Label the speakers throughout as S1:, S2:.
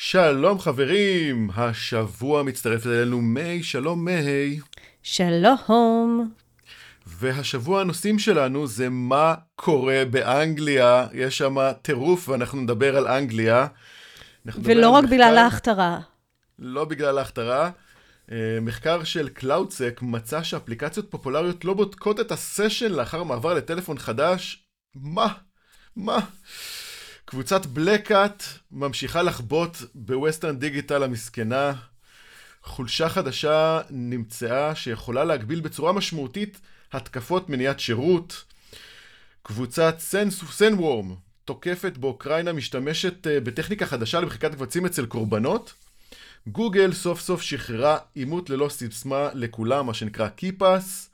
S1: שלום חברים, השבוע מצטרף אלינו מי, שלום מי.
S2: שלום.
S1: והשבוע הנושאים שלנו זה מה קורה באנגליה, יש שם טירוף ואנחנו נדבר על אנגליה.
S2: ולא רק בגלל ההכתרה.
S1: לא בגלל ההכתרה. מחקר של קלאודסק מצא שאפליקציות פופולריות לא בודקות את הסשן לאחר מעבר לטלפון חדש. מה? קבוצת בלקאט ממשיכה לחבוט בווסטרן דיגיטל המסכנה. חולשה חדשה נמצאה שיכולה להגביל בצורה משמעותית התקפות מניעת שירות. קבוצת סנוורם תוקפת באוקראינה משתמשת בטכניקה חדשה למחיקת קבצים אצל קורבנות. גוגל סוף סוף שחררה אימות ללא סיסמה לכולם, מה שנקרא קיפס.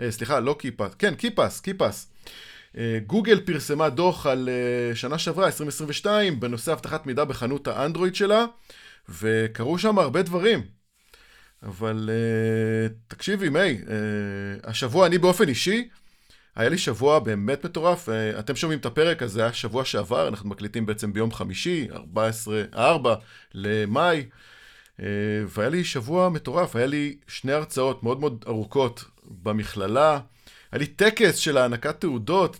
S1: קיפס. גוגל פרסמה דוח על שנה שעברה, 2022, בנושא הבטחת מידע בחנות האנדרואיד שלה, וקראו שם הרבה דברים. אבל תקשיבי מי, השבוע אני באופן אישי, היה לי שבוע באמת מטורף. אתם שומעים את הפרק הזה, היה שבוע שעבר, אנחנו מקליטים בעצם ביום חמישי, 4 למאי, והיה לי שבוע מטורף, היה לי 2 הרצאות מאוד מאוד ארוכות במכללה, היה לי טקס של הענקת תעודות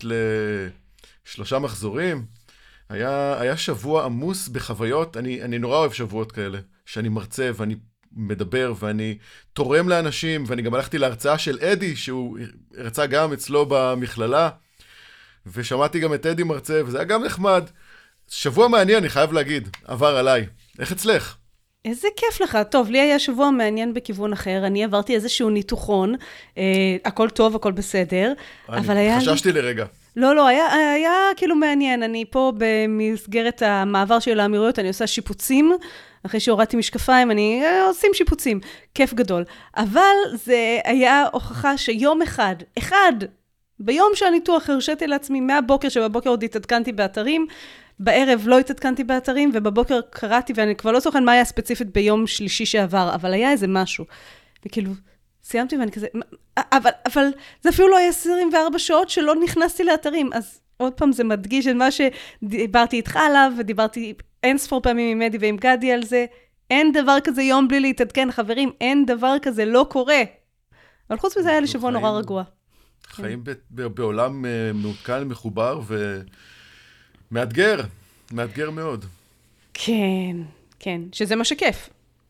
S1: ל3 מחזורים. היה שבוע עמוס בחוויות. אני נורא אוהב שבועות כאלה, שאני מרצה ואני מדבר ואני תורם לאנשים, ואני גם הלכתי להרצאה של אדי, שהוא הרצה גם אצלו במכללה, ושמעתי גם את אדי מרצה, וזה היה גם נחמד. שבוע מעניין, אני חייב להגיד, עבר עליי. איך אצלך?
S2: איזה כיף לך. טוב, לי היה שבוע מעניין בכיוון אחר. אני עברתי איזשהו ניתוחון. הכל טוב, הכל בסדר. אבל היה
S1: חששתי לרגע.
S2: לא, היה כאילו מעניין. אני פה במסגרת המעבר של האמירויות, אני עושה שיפוצים. אחרי שהורדתי משקפיים, אני עושים שיפוצים. כיף גדול. אבל זה היה הוכחה שיום אחד, ביום שהניתוח הרשיתי לעצמי מהבוקר, שבבוקר עוד התעדכנתי באתרים, בערב לא התעדכנתי באתרים, ובבוקר קראתי, ואני כבר לא זוכרת מה היה ספציפית ביום שלישי שעבר, אבל היה איזה משהו. וכאילו, סיימתי ואני כזה, אבל זה אפילו לא היה 24 שעות שלא נכנסתי לאתרים, אז עוד פעם זה מדגיש את מה שדיברתי איתך עליו, ודיברתי אין ספור פעמים עם אדי ועם גדי על זה. אין דבר כזה יום בלי להתעדכן, חברים, אין דבר כזה, לא קורה. אבל חוץ מזה היה לי שבוע נורא רגוע.
S1: חיים בעולם מעודכן, מחובר ומאתגר מאוד.
S2: כן, שזה מה שכיף.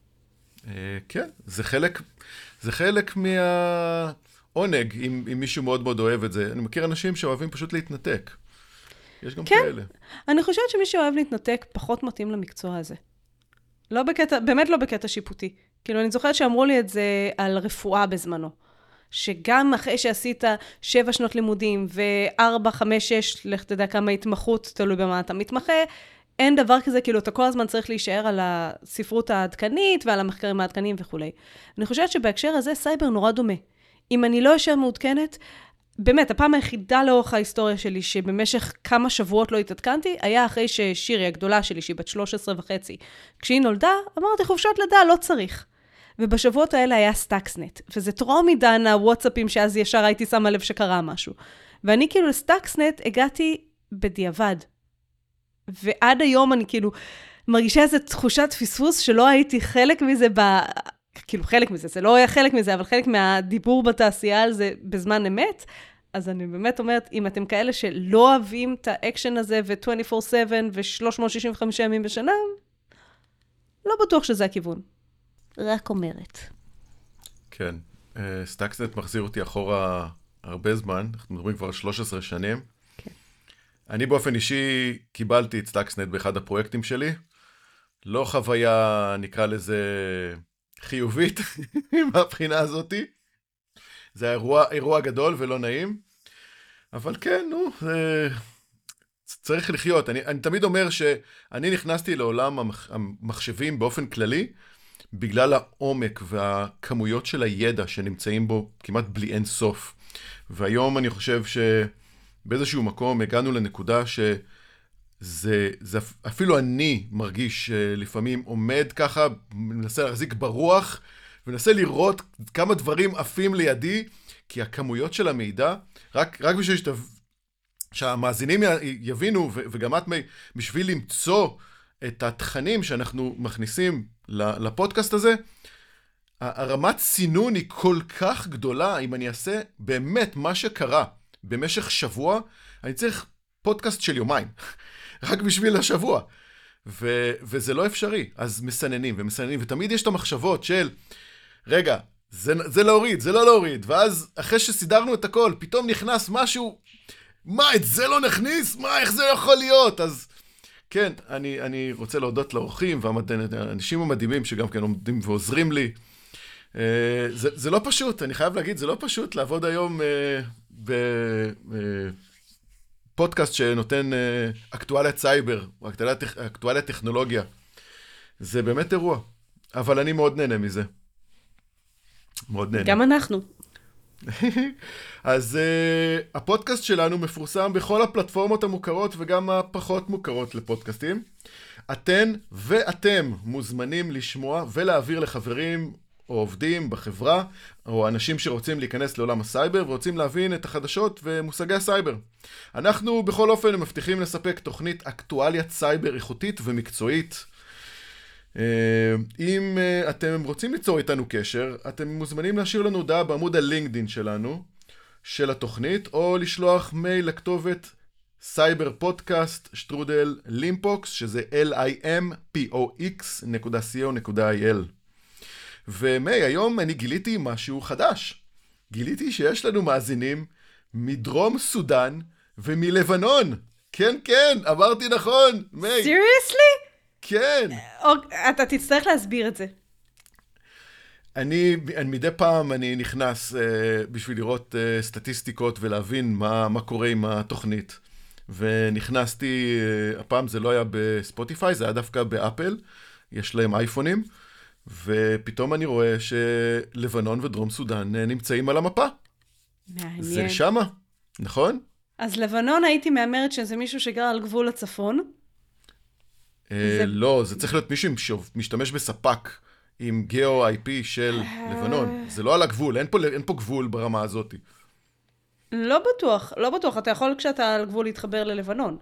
S1: כן, זה חלק מהעונג, אם מישהו מאוד מאוד אוהב את זה. אני מכיר אנשים שאוהבים פשוט להתנתק. יש גם כאלה.
S2: אני חושבת שמי שאוהב להתנתק פחות מתאים למקצוע הזה. באמת לא בקטע שיפוטי. כאילו, אני זוכרת שאמרו לי את זה על רפואה בזמנו. שגם אחרי שעשית 7 שנות לימודים, ו4, 5, 6, לך תדע כמה התמחות, תלוי במה אתה מתמחה, אין דבר כזה, כאילו, אתה כל הזמן צריך להישאר על הספרות העדכנית, ועל המחקרים העדכניים וכו'. אני חושבת שבהקשר הזה, סייבר נורא דומה. אם אני לא יושב מעודכנת, באמת, הפעם היחידה לאורך ההיסטוריה שלי, שבמשך כמה שבועות לא התעדכנתי, היה אחרי ששירי, הגדולה שלי, שהיא בת 13 וחצי, כשהיא נולדה, אמרתי, חופשות לידה, לא צריך. ובשבועות האלה היה סטאקסנט, וזה טרום עידן הוואטסאפים, שאז ישר הייתי שמה לב שקרה משהו. ואני כאילו לסטאקסנט הגעתי בדיעבד. ועד היום אני כאילו מרגישה איזו תחושת פספוס, שלא הייתי חלק מזה כאילו חלק מזה, זה לא היה חלק מזה, אבל חלק מהדיבור בתעשייה על זה בזמן אמת. אז אני באמת אומרת, אם אתם כאלה שלא אוהבים את האקשן הזה, ו-24/7 ו-365 ימים בשנה, לא בטוח שזה הכיוון. רק אומרת.
S1: כן, סטאקסנט מחזיר אותי אחורה הרבה זמן, אנחנו מדברים כבר 13 שנים.
S2: כן.
S1: אני באופן אישי קיבלתי את סטאקסנט באחד הפרויקטים שלי. לא חוויה, נקרא לזה, חיובית מהבחינה הזאת. זה אירוע גדול ולא נעים. אבל כן, צריך לחיות. אני תמיד אומר שאני נכנסתי לעולם המחשבים באופן כללי, בגלל העומק והכמויות של הידע שנמצאים בו כמעט בלי אין סוף. והיום אני חושב שבאיזשהו מקום הגענו לנקודה שזה אפילו אני מרגיש לפעמים עומד ככה, מנסה להחזיק ברוח, ומנסה לראות כמה דברים עפים לידי, כי הכמויות של המידע, רק בשביל שהמאזינים יבינו, וגם את בשביל למצוא את התכנים שאנחנו מכניסים לפודקאסט הזה, הרמת סינון היא כל כך גדולה. אם אני אעשה באמת מה שקרה במשך שבוע, אני צריך פודקאסט של יומיים, רק בשביל השבוע. וזה לא אפשרי. אז מסננים ומסננים, ותמיד יש את המחשבות של, רגע, זה להוריד, זה לא להוריד, ואז אחרי שסידרנו את הכל, פתאום נכנס משהו, מה, את זה לא נכניס? מה, איך זה יכול להיות? אז כן, אני רוצה להודות לאורחים והאנשים המדהימים שגם כן עומדים ועוזרים לי. זה לא פשוט, אני חייב להגיד, זה לא פשוט לעבוד היום בפודקאסט שנותן אקטואליית סייבר, או אקטואליית טכנולוגיה. זה באמת אירוע, אבל אני מאוד נהנה מזה. מאוד נהנה.
S2: גם אנחנו.
S1: אז הפודקאסט שלנו מפורסם בכל הפלטפורמות המוכרות וגם הפחות מוכרות לפודקאסטים. אתן ואתם מוזמנים לשמוע ולהעביר לחברים או עובדים בחברה, או אנשים שרוצים להיכנס לעולם הסייבר ורוצים להבין את החדשות ומושגי הסייבר. אנחנו בכל אופן מבטיחים לספק תוכנית אקטואליית סייבר איכותית ומקצועית. אם אתם רוצים ליצור איתנו קשר, אתם מוזמנים להשאיר לנו הודעה בעמוד הלינקדין שלנו, של התוכנית, או לשלוח מייל לכתובת cyberpodcast@limpOx, שזה limpox.co.il. ומי, היום אני גיליתי משהו חדש. גיליתי שיש לנו מאזינים מדרום סודן ומלבנון. כן, כן, אמרתי נכון, מי.
S2: Seriously?
S1: כן.
S2: אתה תצטרך להסביר את זה.
S1: אני מדי פעם אני נכנס בשביל לראות סטטיסטיקות ולהבין מה קורה עם התוכנית. ונכנסתי, הפעם זה לא היה בספוטיפיי, זה היה דווקא באפל, יש להם אייפונים, ופתאום אני רואה שלבנון ודרום סודן נמצאים על המפה.
S2: מעניין.
S1: זה שמה, נכון?
S2: אז לבנון הייתי מאמרת שזה מישהו שגר על גבול הצפון.
S1: לא, זה צריך להיות מישהו שמשתמש בספק עם גאו-IP של לבנון. זה לא על הגבול, אין פה גבול ברמה הזאת.
S2: לא בטוח. אתה יכול כשאתה על גבול להתחבר ללבנון.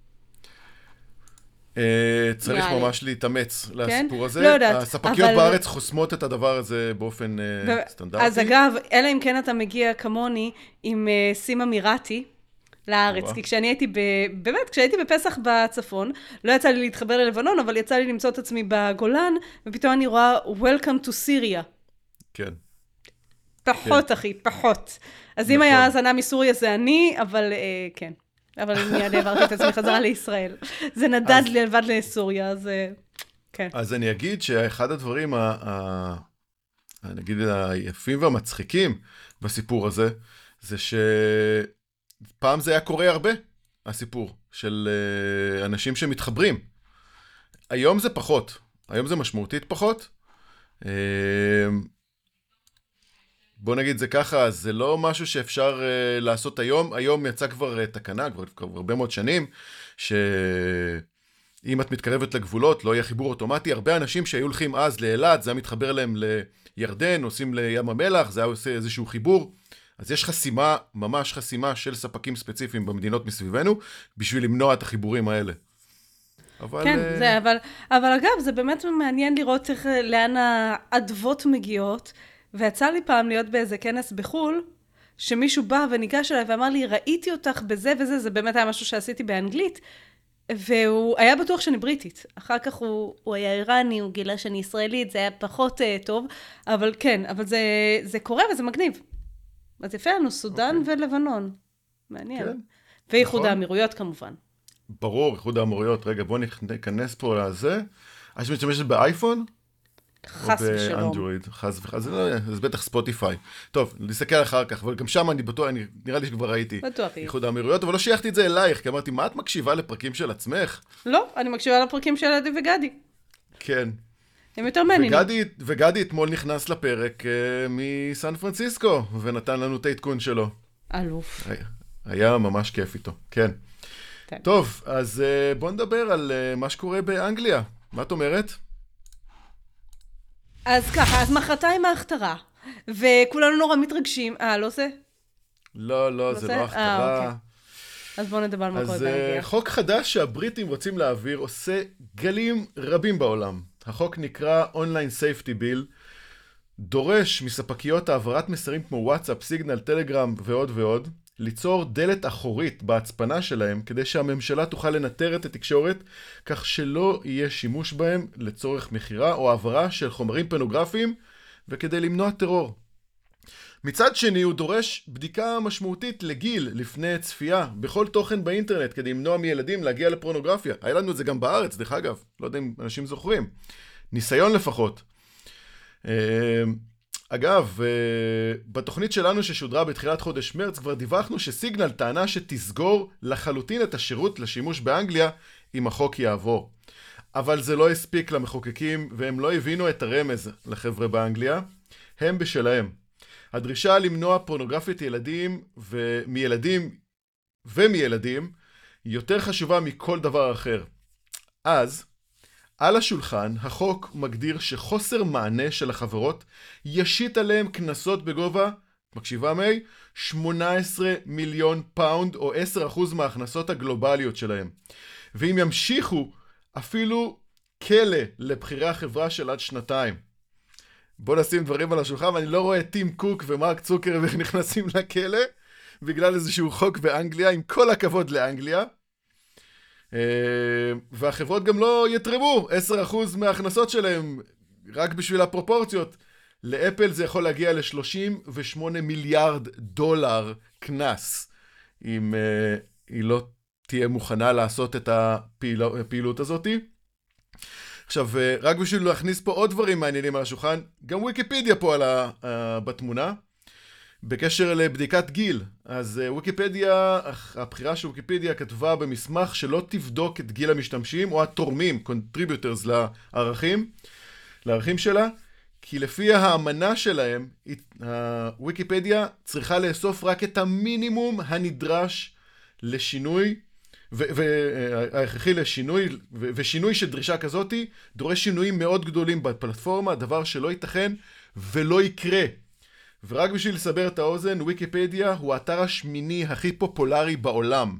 S1: צריך ממש להתאמץ לסיפור הזה.
S2: לא יודעת.
S1: הספקיות בארץ חוסמות את הדבר הזה באופן סטנדרטי.
S2: אז אגב, אלא אם כן אתה מגיע כמוני עם סים אמירתי לארץ, כי כשהייתי בפסח בצפון, לא יצא לי להתחבר ללבנון, אבל יצא לי למצוא את עצמי בגולן, ופתאום אני רואה Welcome to Syria.
S1: כן.
S2: פחות, אחי, פחות. אז אם היה האזנה מסוריה זה אני, אבל כן. אבל מיד העברתי את עצמי חזרה לישראל. זה נדד לי לבד לסוריה, אז כן.
S1: אז אני אגיד שאחד הדברים, נגיד, היפים והמצחיקים בסיפור הזה, זה שפעם זה היה קורה הרבה, הסיפור של אנשים שמתחברים. היום זה פחות. היום זה משמעותית פחות. בוא נגיד זה ככה, זה לא משהו שאפשר לעשות היום. היום יצא כבר תקנה, כבר הרבה מאוד שנים, שאם את מתקרבת לגבולות, לא יהיה חיבור אוטומטי. הרבה אנשים שהיו הולכים אז לאילת, זה היה מתחבר להם לירדן, עושים לים המלח, זה היה עושה איזשהו חיבור. אז יש חסימה, ממש חסימה של ספקים ספציפיים במדינות מסביבנו, בשביל למנוע את החיבורים האלה.
S2: כן, אבל אגב, זה באמת מעניין לראות לאן האדוות מגיעות, ויצא לי פעם להיות באיזה כנס בחול, שמישהו בא וניגש אליי ואמר לי, ראיתי אותך בזה וזה, זה באמת היה משהו שעשיתי באנגלית, והוא היה בטוח שאני בריטית. אחר כך הוא היה איראני, הוא גילה שאני ישראלית, זה היה פחות טוב, אבל כן, אבל זה קורה וזה מגניב. אז יפה לנו, סודן ולבנון. מעניין. כן. ואיחוד האמירויות כמובן.
S1: ברור, איחוד האמירויות. רגע, בואו ניכנס פה לזה. את משתמשת באייפון?
S2: חס ושלום.
S1: או באנדרואיד, חס וחס, זה בטח ספוטיפיי. טוב, נסתכל אחר כך, אבל גם שם אני בטוח, נראה לי שכבר ראיתי איחוד האמירויות, אבל לא שייכתי את זה אלייך, כי אמרתי, מה את מקשיבה לפרקים של עצמך?
S2: לא, אני מקשיבה לפרקים של עדי וגדי.
S1: כן.
S2: הם יותר מעניינים.
S1: וגדי אתמול נכנס לפרק מסן פרנסיסקו, ונתן לנו את העדכון שלו.
S2: אלוף.
S1: היה ממש כיף איתו, כן. טוב, אז בוא נדבר על מה שקורה באנגליה. מה את אומרת?
S2: אז ככה, אז מחרתיים ההכתרה, וכולנו נורא מתרגשים. לא זה?
S1: לא, זה לא הכתרה.
S2: אז בואו נדבר על מה קורה
S1: אז
S2: באנגליה.
S1: חוק חדש שהבריטים רוצים להעביר עושה גלים רבים בעולם. החוק נקרא Online Safety Bill, דורש מספקיות העברת מסרים כמו וואטסאפ, סיגנל, טלגרם ועוד ועוד, ליצור דלת אחורית בהצפנה שלהם, כדי שהממשלה תוכל לנטר את התקשורת, כך שלא יהיה שימוש בהם לצורך מחירה או העברה של חומרים פורנוגרפיים, וכדי למנוע טרור. מצד שני, הוא דורש בדיקה משמעותית לגיל לפני צפייה בכל תוכן באינטרנט, כדי למנוע מילדים להגיע לפורנוגרפיה. היה לנו את זה גם בארץ, דרך אגב, לא יודע אם אנשים זוכרים. ניסיון לפחות. אגב, בתוכנית שלנו ששודרה בתחילת חודש מרץ, כבר דיווחנו שסיגנל טענה שתסגור לחלוטין את השירות לשימוש באנגליה אם החוק יעבור. אבל זה לא הספיק למחוקקים, והם לא הבינו את הרמז לחבר'ה באנגליה. הם בשלהם. הדרישה למנוע פורנוגרפיית ילדים ומילדים יותר חשובה מכל דבר אחר. אז, על השולחן, החוק מגדיר שחוסר מענה של החברות ישית עליהם כנסות בגובה, מקשיבה מי? 18 מיליון פאונד או 10% מההכנסות הגלובליות שלהם. ואם ימשיכו, אפילו כלא לבחירי החברה של עד 2 שנים. בוא נשים דברים על השולחן, ואני לא רואה טים קוק ומרק צוקרברג נכנסים לכלא, בגלל איזשהו חוק באנגליה, עם כל הכבוד לאנגליה. והחברות גם לא יתרמו 10% מההכנסות שלהם, רק בשביל הפרופורציות. לאפל זה יכול להגיע ל$38 מיליארד כנס, אם היא לא תהיה מוכנה לעשות את הפעילות הזאת. עכשיו, רק בשביל להכניס פה עוד דברים מעניינים על השולחן, גם ויקיפדיה פה בתמונה, בקשר לבדיקת גיל. אז ויקיפדיה, הבחירה של ויקיפדיה כתבה במסמך שלא תבדוק את גיל המשתמשים או התורמים, contributors לערכים שלה, כי לפי האמנה שלהם, הוויקיפדיה צריכה לאסוף רק את המינימום הנדרש לשינוי, וההכרחי לשינוי, ושינוי של דרישה כזאת דורש שינויים מאוד גדולים בפלטפורמה, דבר שלא ייתכן ולא יקרה. ורק בשביל לסבר את האוזן, ויקיפדיה הוא האתר השמיני הכי פופולרי בעולם.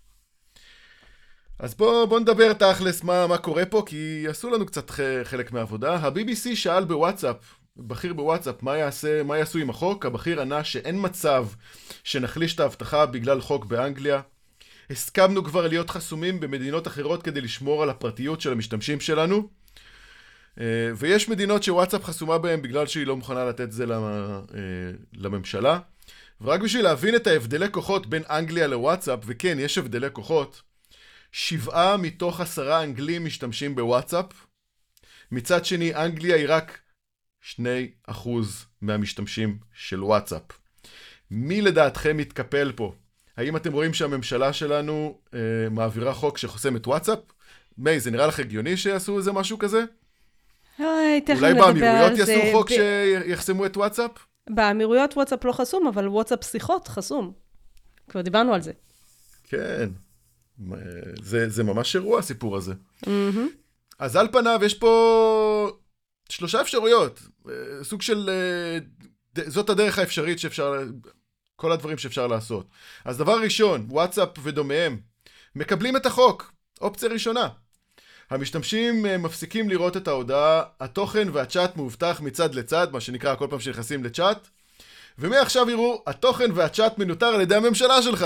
S1: אז בוא נדבר תכלס מה קורה פה, כי יעשו לנו קצת חלק מהעבודה. ה-BBC שאל בוואטסאפ, בכיר בוואטסאפ, מה יעשו עם החוק? הבכיר ענה שאין מצב שנחליש את ההבטחה בגלל חוק באנגליה. הסכמנו כבר להיות חסומים במדינות אחרות כדי לשמור על הפרטיות של המשתמשים שלנו. ויש מדינות שוואטסאפ חסומה בהן בגלל שהיא לא מוכנה לתת זה לממשלה. ורק בשביל להבין את ההבדלי כוחות בין אנגליה לוואטסאפ, וכן, יש הבדלי כוחות, 7 מתוך 10 אנגלים משתמשים בוואטסאפ. מצד שני, אנגליה היא רק 2% מהמשתמשים של וואטסאפ. מי לדעתכם מתקפל פה? האם אתם רואים שהממשלה שלנו מעבירה חוק שחוסם את וואטסאפ? מי, זה נראה לך הגיוני שיעשו איזה משהו כזה? אולי באמירויות יעשו חוק שיחסמו את וואטסאפ?
S2: באמירויות וואטסאפ לא חסום, אבל וואטסאפ שיחות חסום. כבר דיברנו על זה.
S1: כן, זה ממש אירוע הסיפור הזה. אז על פניו יש פה 3 אפשרויות. סוג של, זאת הדרך האפשרית שאפשר, כל הדברים שאפשר לעשות. אז דבר ראשון, וואטסאפ ודומיהם, מקבלים את החוק. אופציה ראשונה. המשתמשים מפסיקים לראות את ההודעה, התוכן והצ'אט מאובטח מצד לצד, מה שנקרא כל פעם שנכנסים לצ'אט, ומעכשיו יראו, התוכן והצ'אט מנותר על ידי הממשלה שלך.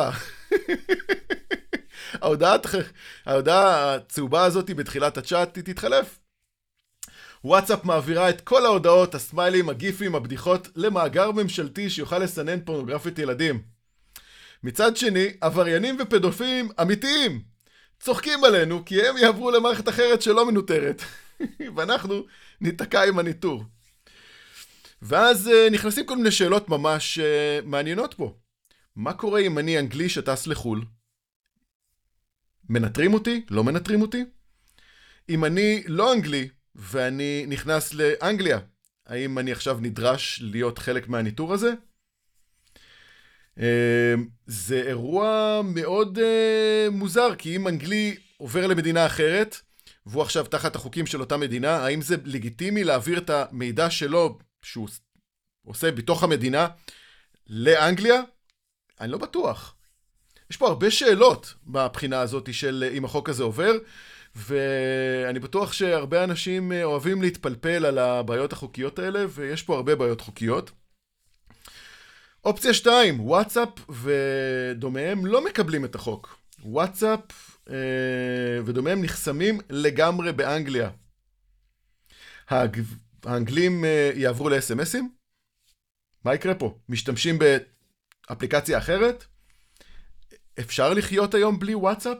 S1: ההודעה הצהובה הזאת בתחילת הצ'אט תתחלף. וואטסאפ מעבירה את כל ההודעות, הסמיילים, הגיפים, הבדיחות, למאגר ממשלתי שיוכל לסנן פורנוגרפית ילדים. מצד שני, עבריינים ופדופילים אמיתיים צוחקים עלינו, כי הם יעברו למערכת אחרת שלא מנותרת. ואנחנו ניתקע עם הניטור. ואז נכנסים כל מיני שאלות ממש מעניינות פה. מה קורה אם אני אנגלי שטס לחול? מנטרים אותי? לא מנטרים אותי? אם אני לא אנגלי ואני נכנס לאנגליה, האם אני עכשיו נדרש להיות חלק מהניטור הזה? זה אירוע מאוד מוזר, כי אם אנגלי עובר למדינה אחרת, והוא עכשיו תחת החוקים של אותה מדינה, האם זה לגיטימי להעביר את המידע שלו, שהוא עושה בתוך המדינה, לאנגליה? אני לא בטוח. יש פה הרבה שאלות בבחינה הזאת של אם החוק הזה עובר, ואני בטוח שהרבה אנשים אוהבים להתפלפל על הבעיות החוקיות האלה, ויש פה הרבה בעיות חוקיות. אופציה 2, וואטסאפ ודומיהם לא מקבלים את החוק. וואטסאפ ודומיהם נחסמים לגמרי באנגליה. האנגלים יעברו ל-SMSים? מה יקרה פה? משתמשים באפליקציה אחרת? אפשר לחיות היום בלי וואטסאפ?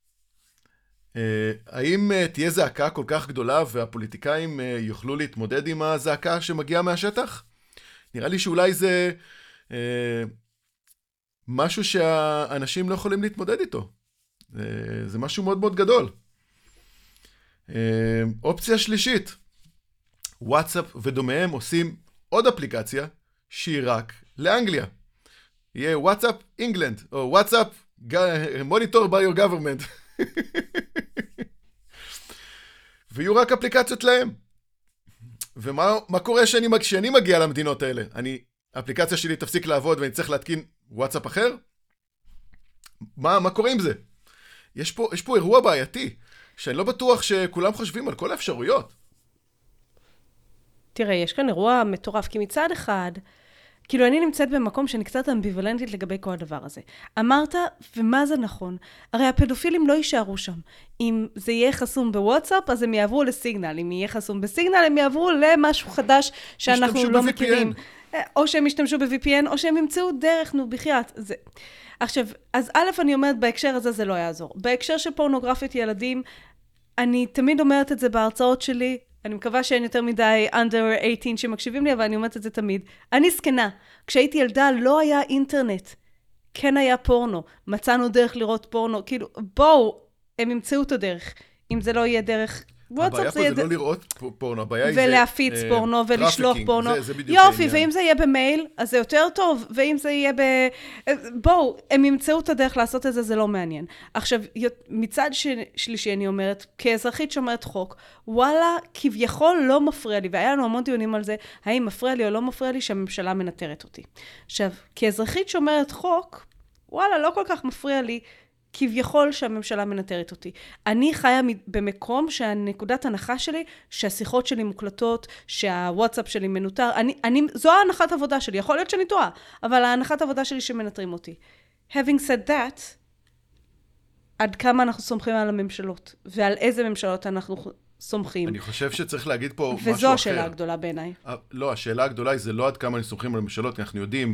S1: האם תהיה זעקה כל כך גדולה והפוליטיקאים יוכלו להתמודד עם הזעקה שמגיעה מהשטח? נראה לי שאולי זה משהו שהאנשים לא יכולים להתמודד איתו. זה משהו מאוד מאוד גדול. אופציה שלישית, וואטסאפ ודומיהם עושים עוד אפליקציה שהיא רק לאנגליה. יהיה וואטסאפ אינגלנד, או וואטסאפ מוניטור by your government. ויהיו רק אפליקציות להם. ומה קורה כשאני מגיע למדינות האלה? האפליקציה שלי תפסיק לעבוד ואני צריך להתקין וואטסאפ אחר? מה קורה עם זה? יש פה אירוע בעייתי, שאני לא בטוח שכולם חושבים על כל האפשרויות.
S2: תראה, יש כאן אירוע מטורף, כי מצד אחד, כאילו אני נמצאת במקום שאני קצת אמביוולנטית לגבי כל הדבר הזה. אמרת, ומה זה נכון? הרי הפדופילים לא יישארו שם. אם זה יהיה חסום בוואטסאפ, אז הם יעברו לסיגנל. אם יהיה חסום בסיגנל, הם יעברו למשהו חדש שאנחנו לא מכירים. או שהם ישתמשו ב-VPN, או שהם ימצאו דרך, בחייאת. עכשיו, אז א', אני אומרת, בהקשר הזה זה לא יעזור. בהקשר של פורנוגרפית ילדים, אני תמיד אומרת את זה בהרצאות שלי, אני מקווה שאין יותר מדי under 18 שמקשיבים לי, אבל אני אומרת את זה תמיד. אני סקנה. כשהייתי ילדה לא היה אינטרנט. כן היה פורנו. מצאנו דרך לראות פורנו. כאילו, בואו, הם ימצאו את הדרך. אם זה לא יהיה דרך...
S1: הבעיה פה זה לא לראות פורנו, הבעיה היא זה...
S2: ולהפיץ פורנו ולשלוח פורנו. יופי, ואם זה יהיה במייל, אז זה יותר טוב, ואם זה יהיה בואו, הם ימצאו את הדרך לעשות את זה, זה לא מעניין. עכשיו, מצד שלישי אני אומרת, כאזרחית שומרת חוק, וואלה, כביכול לא מפריע לי, והיה לנו המון דיונים על זה, האם מפריע לי או לא מפריע לי שהממשלה מנטרת אותי. עכשיו, כאזרחית שומרת חוק, וואלה, לא כל כך מפריע לי, כביכול שהממשלה מנטרת אותי. אני חיה במקום שהנקודת הנחה שלי, שהשיחות שלי מוקלטות, שהוואטסאפ שלי מנוטר, זו ההנחת עבודה שלי, יכול להיות שאני טועה, אבל ההנחת עבודה שלי שמנטרים אותי. Having said that, עד כמה אנחנו סומכים על הממשלות, ועל איזה ממשלות אנחנו סומכים.
S1: אני חושב שצריך להגיד פה משהו אחר.
S2: וזו השאלה הגדולה בעיניי.
S1: לא, השאלה הגדולה היא זה לא עד כמה אני סומכים על הממשלות, אנחנו יודעים,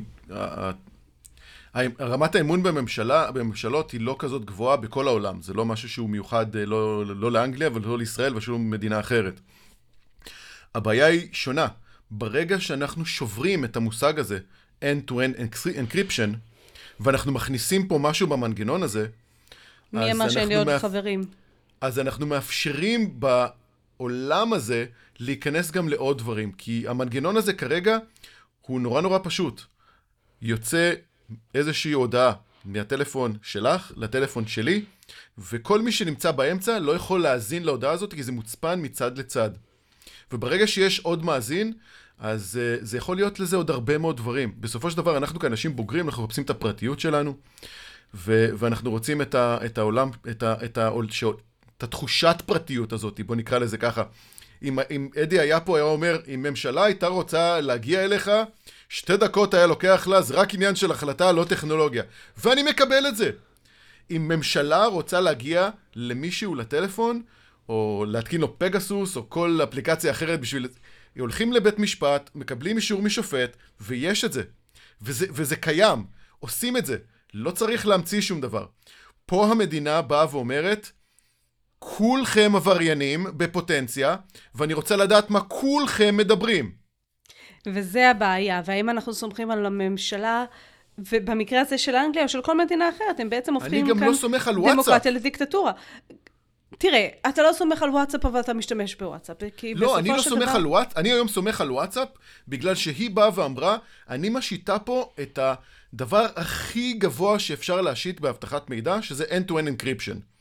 S1: רמת האמון בממשלות היא לא כזאת גבוהה בכל העולם. זה לא משהו שהוא מיוחד לא לאנגליה ולא לישראל ושום מדינה אחרת. הבעיה היא שונה. ברגע שאנחנו שוברים את המושג הזה, end-to-end encryption, ואנחנו מכניסים פה משהו במנגנון הזה,
S2: מי אמר שאין לי עוד חברים?
S1: אז אנחנו מאפשרים בעולם הזה להיכנס גם לעוד דברים. כי המנגנון הזה כרגע הוא נורא נורא פשוט. יוצא איזושהי הודעה מהטלפון שלך לטלפון שלי, וכל מי שנמצא באמצע לא יכול להאזין להודעה הזאת, כי זה מוצפן מצד לצד. וברגע שיש עוד מאזין, אז זה יכול להיות לזה עוד הרבה מאוד דברים. בסופו של דבר, אנחנו כאנשים בוגרים, אנחנו מחפשים את הפרטיות שלנו, ואנחנו רוצים את העולם, את התחושת פרטיות הזאת, בוא נקרא לזה ככה. אם אדי היה פה, היה אומר, אם ממשלה הייתה רוצה להגיע אליך, 2 דקות היה לוקח לה, זה רק עניין של החלטה, לא טכנולוגיה. ואני מקבל את זה. אם ממשלה רוצה להגיע למישהו לטלפון, או להתקין לו פגסוס, או כל אפליקציה אחרת בשביל... הולכים לבית משפט, מקבלים אישור משופט, ויש את זה. וזה קיים. עושים את זה. לא צריך להמציא שום דבר. פה המדינה באה ואומרת, כולכם עבריינים בפוטנציה, ואני רוצה לדעת מה כולכם מדברים.
S2: וזה הבעיה, והאם אנחנו סומכים על הממשלה, ובמקרה הזה של אנגליה או של כל מדינה אחרת, הם בעצם הופכים
S1: כאן
S2: דמוקרטיה לדיקטטורה. תראה, אתה לא סומך על וואטסאפ, אבל אתה משתמש בוואטסאפ.
S1: לא, אני לא סומך על וואטסאפ, אני היום סומך על וואטסאפ, בגלל שהיא באה ואמרה, אני משיתה פה את הדבר הכי גבוה שאפשר להשית בהבטחת מידע, שזה end-to-end encryption.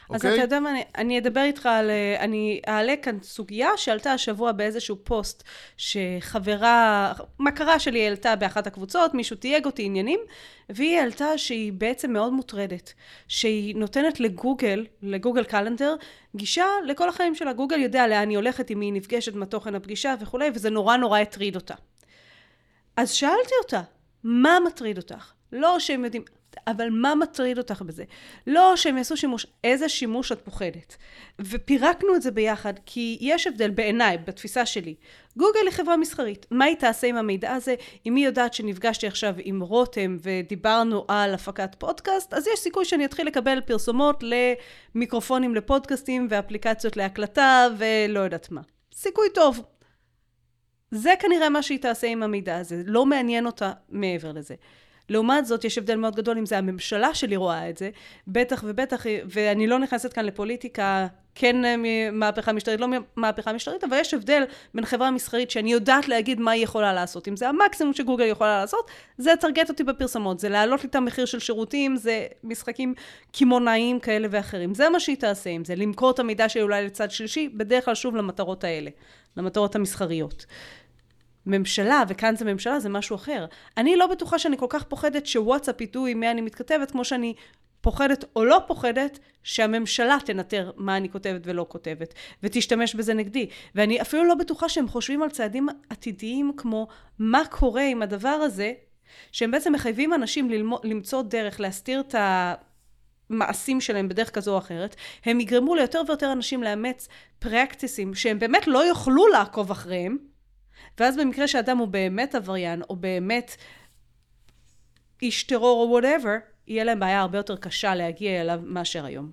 S2: אז
S1: אוקיי?
S2: אתה יודע מה, אני אדבר איתך על, אני אעלה כאן סוגיה שעלתה השבוע באיזשהו פוסט, שחברה, מכרה שלי העלתה באחת הקבוצות, מישהו תייג אותי עניינים, והיא העלתה שהיא בעצם מאוד מוטרדת, שהיא נותנת לגוגל קלנדר, גישה לכל החיים שלה. גוגל יודע לאן היא הולכת, אם היא נפגשת מתוכן הפגישה וכו', וזה נורא נורא הטריד אותה. אז שאלתי אותה, מה מטריד אותך? לא שהם יודעים, אבל מה מטריד אותך בזה? לא שהם יעשו שימוש, איזה שימוש את פוחדת? ופירקנו את זה ביחד, כי יש הבדל בעיניי, בתפיסה שלי. גוגל היא חברה מסחרית. מה היא תעשה עם המידע הזה? אם היא יודעת שנפגשתי עכשיו עם רותם ודיברנו על הפקת פודקאסט, אז יש סיכוי שאני אתחיל לקבל פרסומות למיקרופונים לפודקאסטים ואפליקציות להקלטה ולא יודעת מה. סיכוי טוב. זה כנראה מה שהיא תעשה עם המידע הזה. לא מעניין אותה מעבר לזה. לעומת זאת, יש הבדל מאוד גדול אם זה הממשלה שלי רואה את זה, בטח ובטח, ואני לא נכנסת כאן לפוליטיקה, כן מהפכה משטרית, לא מהפכה משטרית, אבל יש הבדל בין חברה מסחרית שאני יודעת להגיד מה היא יכולה לעשות. אם זה המקסימום שגוגל יכולה לעשות, זה תרגט אותי בפרסומות, זה להעלות לי את המחיר של שירותים, זה משחקים כימונאיים כאלה ואחרים. זה מה שהיא תעשה עם זה, למכור את המידע שלי אולי לצד שלישי, בדרך כלל שוב למטרות האלה, למטרות המסחריות. ממשלה, וכאן זה ממשלה, זה משהו אחר. אני לא בטוחה שאני כל כך פוחדת שוואטסאפ ידעו עם מי אני מתכתבת, כמו שאני פוחדת או לא פוחדת שהממשלה תנטר מה אני כותבת ולא כותבת, ותשתמש בזה נגדי. ואני אפילו לא בטוחה שהם חושבים על צעדים עתידיים כמו מה קורה עם הדבר הזה, שהם בעצם מחייבים אנשים למצוא דרך להסתיר את המעשים שלהם בדרך כזו או אחרת. הם יגרמו ליותר ויותר אנשים לאמץ פרקטיסים שהם באמת לא יוכלו לעקוב אחריהם, ואז במקרה שאדם הוא באמת עבריין, או באמת איש טרור או whatever, יהיה להם בעיה הרבה יותר קשה להגיע אליו מאשר היום.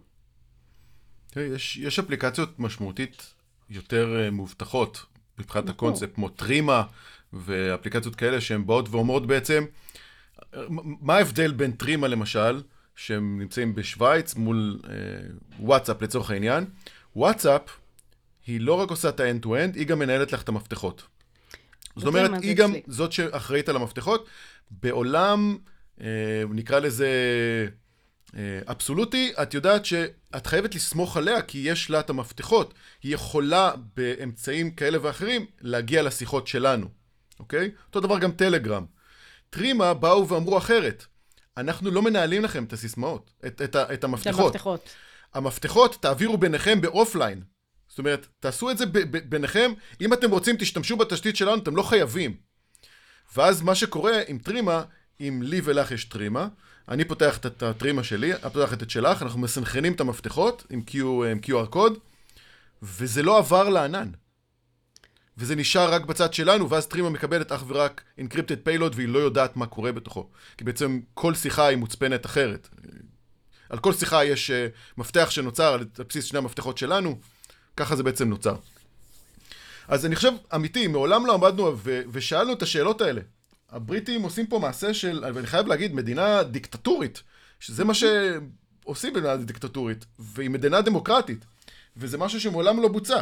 S1: יש אפליקציות משמעותית יותר מובטחות, מבחינת הקונספט, כמו טרימה, ואפליקציות כאלה שהן באות ואומרות בעצם, מה ההבדל בין טרימה למשל, שהם נמצאים בשוויץ, מול וואטסאפ לצורך העניין? וואטסאפ היא לא רק עושה את ה-end-to-end, היא גם מנהלת לך את המפתחות. זאת אומרת, היא גם זאת שאחראית על המפתחות. בעולם, נקרא לזה אבסולוטי, את יודעת שאת חייבת לסמוך עליה, כי יש לה את המפתחות. היא יכולה באמצעים כאלה ואחרים להגיע לשיחות שלנו. אוקיי? אותו דבר גם טלגרם. טרימה באו ואמרו אחרת. אנחנו לא מנהלים לכם את הסיסמאות, את המפתחות. המפתחות תעבירו ביניכם באופליין. זאת אומרת, תעשו את זה ביניכם, אם אתם רוצים, תשתמשו בתשתית שלנו, אתם לא חייבים. ואז מה שקורה עם טרימה, אם לי ולך יש טרימה, אני פותח את הטרימה שלי, את פותחת את שלך, אנחנו מסנכרנים את המפתחות עם QR קוד, וזה לא עבר לענן. וזה נשאר רק בצד שלנו, ואז טרימה מקבלת אך ורק encrypted payload, והיא לא יודעת מה קורה בתוכו. כי בעצם כל שיחה היא מוצפנת אחרת. על כל שיחה יש מפתח שנוצר על בסיס שני המפתחות שלנו, ככה זה בעצם נוצר. אז אני חושב, אמיתי, מעולם לא עמדנו ושאלנו את השאלות האלה. הבריטים עושים פה מעשה של, ואני חייב להגיד, מדינה דיקטטורית, שזה מה שעושים במדינה דיקטטורית, והיא מדינה דמוקרטית, וזה משהו שמעולם לא בוצע.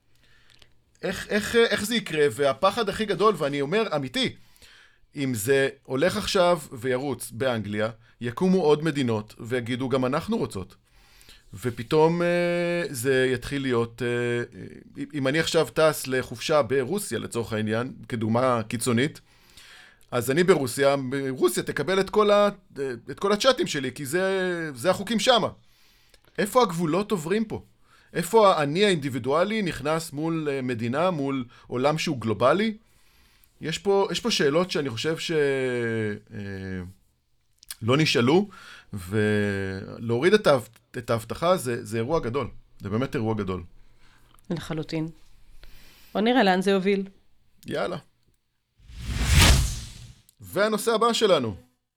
S1: איך זה יקרה? והפחד הכי גדול, ואני אומר, אמיתי, אם זה הולך עכשיו וירוץ באנגליה, יקומו עוד מדינות ויגידו, גם אנחנו רוצות. ופתאום זה יתחיל להיות, אם אני עכשיו טס לחופשה ברוסיה לצורך העניין, כדוגמה קיצונית, אז אני ברוסיה תקבל את כל הצ'אטים שלי, כי זה החוקים שמה. איפה הגבולות עוברים פה? איפה אני האינדיבידואלי נכנס מול מדינה, מול עולם שהוא גלובלי? יש פה שאלות שאני חושב לא נשאלו, ולהוריד את ההבטחה זה אירוע גדול. זה באמת אירוע גדול.
S2: לחלוטין. בוא נראה לאן זה יוביל.
S1: יאללה. והנושא הבא שלנו.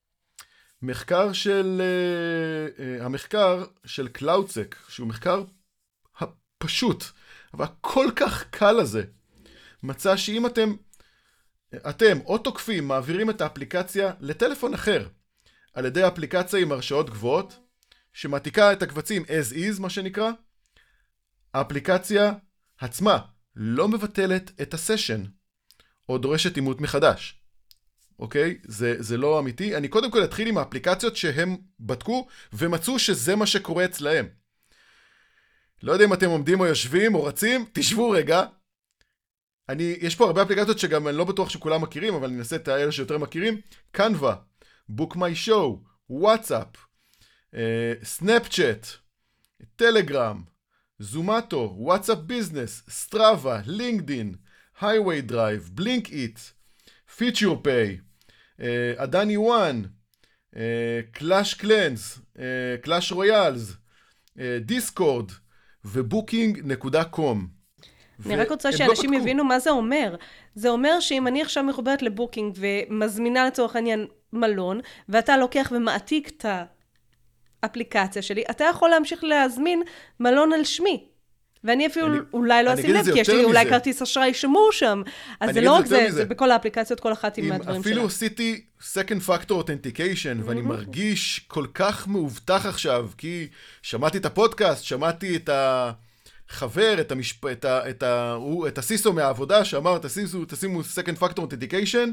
S1: המחקר של קלאודסק, שהוא מחקר הפשוט, אבל כל כך קל הזה, מצא שאם אתם או תוקפים מעבירים את האפליקציה לטלפון אחר, על ידי אפליקציה עם הרשאות גבוהות, שמעתיקה את הקבצים as is, מה שנקרא, האפליקציה עצמה לא מבטלת את הסשן, או דורשת אימות מחדש. אוקיי? זה לא אמיתי. אני קודם כל אתחיל עם האפליקציות שהם בדקו, ומצאו שזה מה שקורה אצלהם. לא יודע אם אתם עומדים או יושבים או רצים, תשבו רגע. יש פה הרבה אפליקציות שגם אני לא בטוח שכולם מכירים, אבל אני אנסה את האלה שיותר מכירים. קנווה, Book My Show, וואטסאפ, סנאפצ'אט, טלגרם, זומטו, וואטסאפ ביזנס, סטראבה, לינקדין, הייווי דרייב, בלינק איט, פיצ'ר פיי, אדני וואן, קלאש קלנס, קלאש רויאלס, דיסקורד ובוקינג.com.
S2: אני רק רוצה שאנשים יבינו מה זה אומר. זה אומר שאם אני עכשיו מחוברת לבוקינג ומזמינה לצורך העניין מלון, ואתה לוקח ומעתיק את האפליקציה שלי, אתה יכול להמשיך להזמין מלון על שמי. ואני אפילו אולי לא אשים לב, כי יש לי אולי כרטיס אשראי שמור שם. אז זה לא רק זה, זה בכל האפליקציות, כל אחת עם הדברים שלה.
S1: אפילו עשיתי second factor authentication, ואני מרגיש כל כך מאובטח עכשיו, כי שמעתי את הפודקאסט, שמעתי את החבר, את הסיסו מהעבודה, שאמר, תשימו second factor authentication,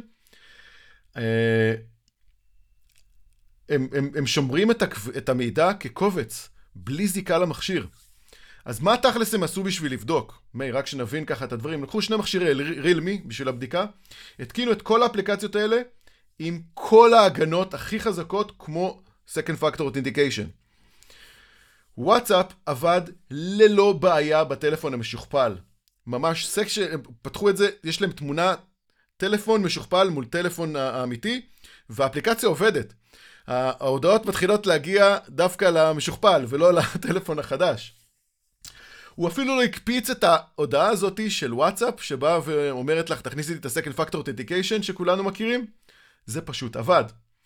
S1: הם שומרים את המידע כקובץ, בלי זיקה למכשיר. אז מה תכלס הם עשו בשביל לבדוק? רק שנבין ככה את הדברים. לקחו שני מכשירי רילמי בשביל הבדיקה, התקינו את כל האפליקציות האלה עם כל ההגנות הכי חזקות כמו Second Factor Authentication. וואטסאפ עבד ללא בעיה בטלפון המשוכפל. ממש פתחו את זה, יש להם תמונה טלפון משוכפל מול טלפון האמיתי, והאפליקציה עובדת. ההודעות מתחילות להגיע דווקא למשוכפל ולא לטלפון החדש. הוא אפילו לא הקפיץ את ההודעה הזאת של וואטסאפ, שבאה ואומרת לך, תכניסי את ה-Second Factor Authentication שכולנו מכירים. זה פשוט עבד.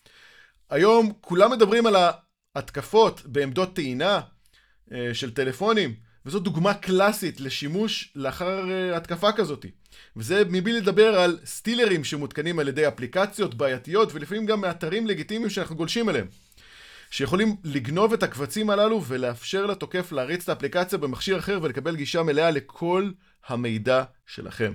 S1: היום כולם מדברים על ההתקפות בעמדות טעינה של טלפונים, וזו דוגמה קלאסית לשימוש לאחר התקפה כזאת. וזה מבלי לדבר על סטילרים שמותקנים על ידי אפליקציות בעייתיות, ולפעמים גם מאתרים לגיטימיים שאנחנו גולשים אליהם. שיכולים לגנוב את הקבצים הללו ולאפשר לתוקף להריץ את האפליקציה במכשיר אחר ולקבל גישה מלאה לכל המידע שלכם.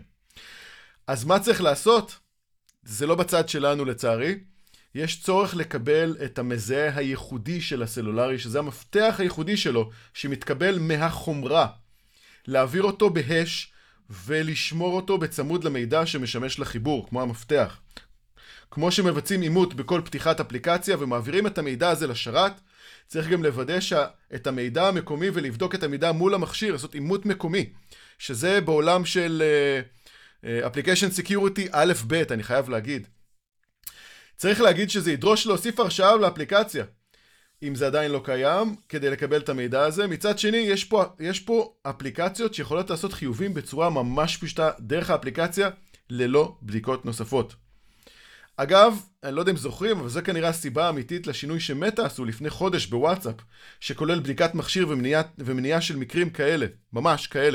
S1: אז מה צריך לעשות? זה לא בצד שלנו לצערי. יש צורך לקבל את המזהה הייחודי של הסלולרי, שזה המפתח הייחודי שלו, שמתקבל מהחומרה. להעביר אותו בהש ולשמור אותו בצמוד למידע שמשמש לחיבור, כמו המפתח. כמו שמבצעים אימות בכל פתיחת אפליקציה ומעבירים את המידע הזה לשרת, צריך גם לוודא את המידע המקומי ולבדוק את המידע מול המכשיר, לעשות אימות מקומי, שזה בעולם של Application Security א' ב', אני חייב להגיד. צריך להגיד שזה ידרוש להוסיף הרשאה לאפליקציה, אם זה עדיין לא קיים, כדי לקבל את המידע הזה. מצד שני, יש פה אפליקציות שיכולות לעשות חיובים בצורה ממש פשוטה דרך האפליקציה, ללא בדיקות נוספות. אגב, אני לא יודע אם זוכרים, אבל זה כנראה הסיבה האמיתית לשינוי שמטה עשו לפני חודש בוואטסאפ, שכולל בדיקת מכשיר ומניעה של מקרים כאלה, ממש כאלה.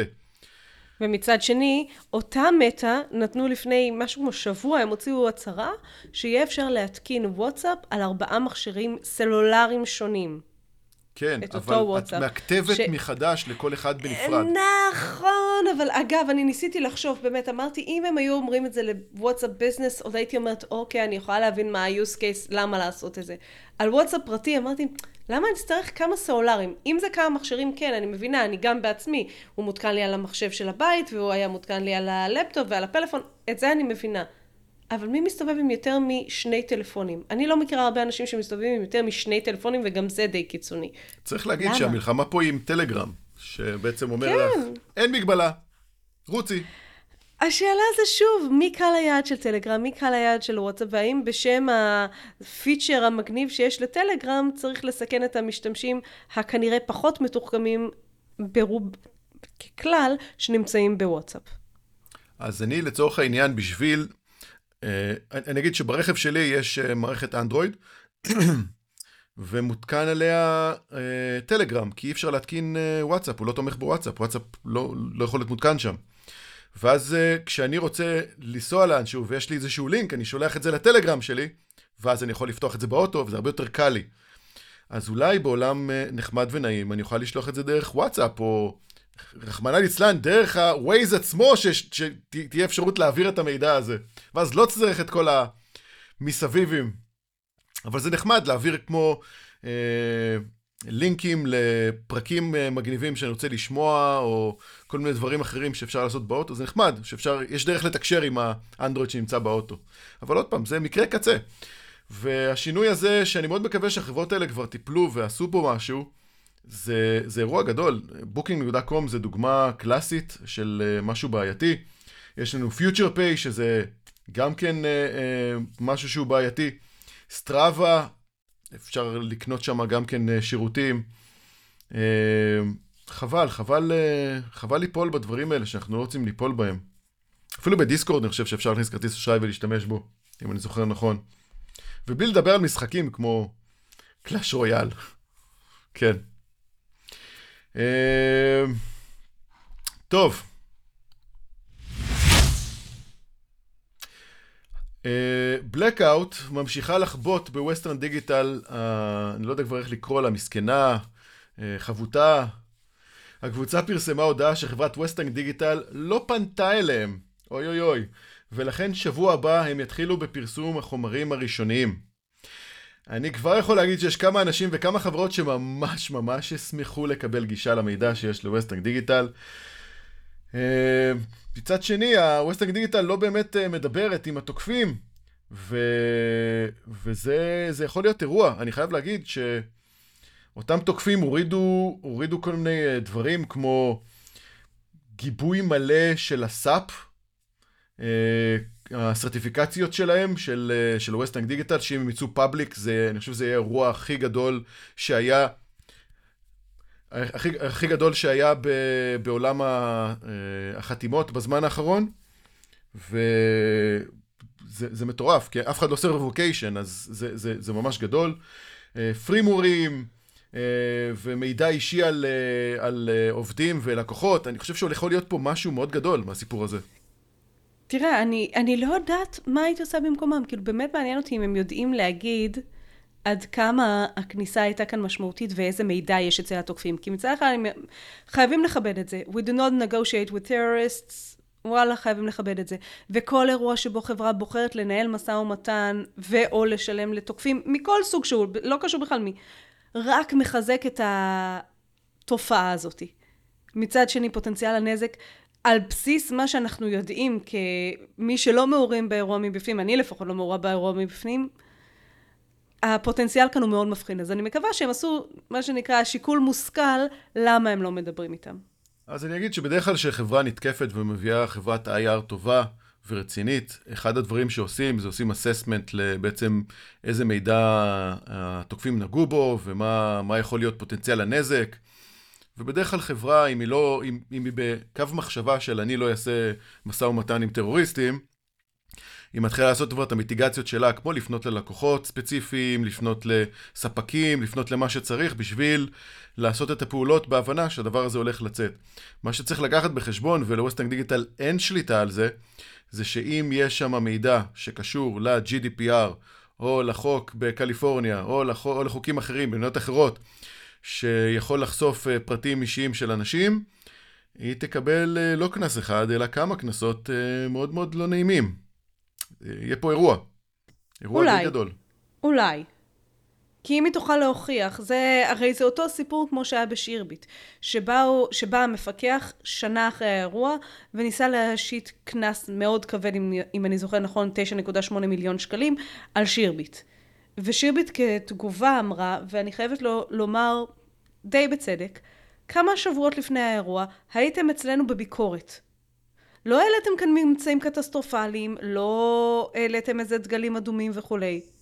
S2: ומצד שני, אותה מטה נתנו לפני משהו כמו שבוע, הם הוציאו הצהרה, שיהיה אפשר להתקין וואטסאפ על 4 מכשירים סלולריים שונים.
S1: כן, אבל את מכתבת מחדש לכל אחד בנפרד.
S2: נכון, אבל אגב, אני ניסיתי לחשוב, באמת, אמרתי, אם הם היו אומרים את זה לוואטסאפ ביזנס, עוד הייתי אומרת, אוקיי, אני יכולה להבין מה ה-use case, למה לעשות את זה. על וואטסאפ פרטי אמרתי, למה אני אצטרך כמה סלולריים? אם זה כמה מכשירים, כן, אני מבינה, אני גם בעצמי. הוא מותקן לי על המחשב של הבית, והוא היה מותקן לי על הלפטופ ועל הפלאפון, את זה אני מבינה. אבל מי מסתובב עם יותר משני טלפונים? אני לא מכירה הרבה אנשים שמסתובבים עם יותר משני טלפונים, וגם זה די קיצוני.
S1: צריך להגיד שהמלחמה פה היא עם טלגרם, שבעצם אומר לך, אין מגבלה, רוצי.
S2: השאלה זה שוב, מי קהל היעד של טלגרם, מי קהל היעד של וואטסאפ, והאם בשם הפיצ'ר המגניב שיש לטלגרם, צריך לסכן את המשתמשים הכנראה פחות מתוחכמים ככלל, שנמצאים בוואטסאפ.
S1: אז אני לצורך העניין בשביל, אני אגיד שברכב שלי יש מערכת אנדרואיד, ומותקן עליה טלגרם, כי אי אפשר להתקין וואטסאפ, הוא לא תומך בוואטסאפ, וואטסאפ לא יכול להיות מותקן שם. ואז כשאני רוצה לנסוע לאנשהו ויש לי איזשהו לינק, אני שולח את זה לטלגרם שלי, ואז אני יכול לפתוח את זה באוטו, וזה הרבה יותר קל לי. אז אולי בעולם נחמד ונעים, אני אוכל לשלוח את זה דרך וואטסאפ, או רחמנא ליצלן, דרך ה-Waze עצמו, שתהיה אפשרות להעביר את המידע הזה. ואז לא צריך את כל המסביבים. אבל זה נחמד להעביר כמו לינקים לפרקים מגניבים שאני רוצה לשמוע, או כל מיני דברים אחרים שאפשר לעשות באוטו, זה נחמד, יש דרך לתקשר עם האנדרואיד שנמצא באוטו. אבל עוד פעם, זה מקרה קצה. והשינוי הזה, שאני מאוד מקווה שהחברות האלה כבר טיפלו ועשו פה משהו, זה אירוע גדול. Booking.com זה דוגמה קלאסית של משהו בעייתי. יש לנו FuturePay, שזה גם כן משהו שהוא בעייתי. סטראבה, אפשר לקנות שם גם כן שירותים. חבל ליפול בדברים האלה שאנחנו לא רוצים ליפול בהם. אפילו בדיסקורד אני חושב שאפשר להכניס כרטיס אשראי ולהשתמש בו, אם אני זוכר נכון. ובלי לדבר על משחקים כמו קלאש רויאל. כן. טוב. בלקאוט ממשיכה לחבוט בווסטרן דיגיטל, אני לא יודע כבר איך לקרוא לה, מסכנה, חבוטה. הקבוצה פרסמה הודעה שחברת ווסטרן דיגיטל לא פנתה אליהם, אוי אוי אוי, ולכן שבוע הבא הם יתחילו בפרסום החומרים הראשוניים. אני כבר יכול להגיד שיש כמה אנשים וכמה חברות שממש ממש ישמחו לקבל גישה למידע שיש לווסטרן דיגיטל. מצד שני, הווסטרן דיגיטל לא באמת מדברת עם התוקפים, וזה יכול להיות אירוע. אני חייב להגיד שאותם תוקפים הורידו כל מיני דברים כמו גיבוי מלא של הסאפ, הסרטיפיקציות שלהם, של ווסטרן דיגיטל, שאם הם יצאו פאבליק, אני חושב שזה יהיה האירוע הכי גדול שהיה, הכי גדול שהיה בעולם החתימות בזמן האחרון, וזה מטורף, כי אף אחד לא עושה רבוקיישן, אז זה ממש גדול. פרימורים ומידע אישי על עובדים ולקוחות, אני חושב שיכול להיות פה משהו מאוד גדול מהסיפור הזה.
S2: תראה, אני לא יודעת מה היית עושה במקומם, כאילו באמת מעניין אותי אם הם יודעים להגיד עד כמה הכניסה הייתה כאן משמעותית ואיזה מידע יש אצל התוקפים. כי מצד אחד חייבים לכבד את זה. We do not negotiate with terrorists, וואלה, חייבים לכבד את זה. וכל אירוע שבו חברה בוחרת לנהל משא ומתן ואו לשלם לתוקפים, מכל סוג שהוא, לא קשור בכלל מי, רק מחזק את התופעה הזאת. מצד שני, פוטנציאל הנזק, על בסיס מה שאנחנו יודעים כמי שלא מעורים באירוע מבפנים, אני לפחות לא מעורה באירוע מבפנים, הפוטנציאל כאן הוא מאוד מבחין. אז אני מקווה שהם עשו מה שנקרא שיקול מושכל, למה הם לא מדברים איתם.
S1: אז אני אגיד שבדרך כלל שחברה נתקפת ומביאה חברת IR טובה ורצינית, אחד הדברים שעושים, זה עושים אססמנט לבעצם איזה מידע התוקפים נגעו בו, ומה יכול להיות פוטנציאל הנזק. ובדרך כלל חברה, אם היא בקו מחשבה של אני לא אעשה משא ומתן עם טרוריסטים, היא מתחילה לעשות כבר את המיטיגציות שלה, כמו לפנות ללקוחות ספציפיים, לפנות לספקים, לפנות למה שצריך, בשביל לעשות את הפעולות בהבנה שהדבר הזה הולך לצאת. מה שצריך לקחת בחשבון, ולווסטרן דיגיטל אין שליטה על זה, זה שאם יש שם מידע שקשור ל-GDPR, או לחוק בקליפורניה, או לחוקים אחרים, במדינות אחרות, שיכול לחשוף פרטים אישיים של אנשים, היא תקבל לא כנס אחד, אלא כמה כנסות מאוד מאוד לא נעימים. יהיה פה אירוע די גדול.
S2: אולי. כי אם היא תוכל להוכיח, הרי זה אותו סיפור כמו שהיה בשירביט, שבא המפקח שנה אחרי האירוע, וניסה להשית כנס מאוד כבד, אם אני זוכר נכון, 9.8 מיליון שקלים, על שירביט. ושירביט כתגובה אמרה, ואני חייבת לומר די בצדק, כמה שבועות לפני האירוע הייתם אצלנו בביקורת. לא העליתם כאן ממצאים קטסטרופליים, לא העליתם איזה דגלים אדומים וכו'.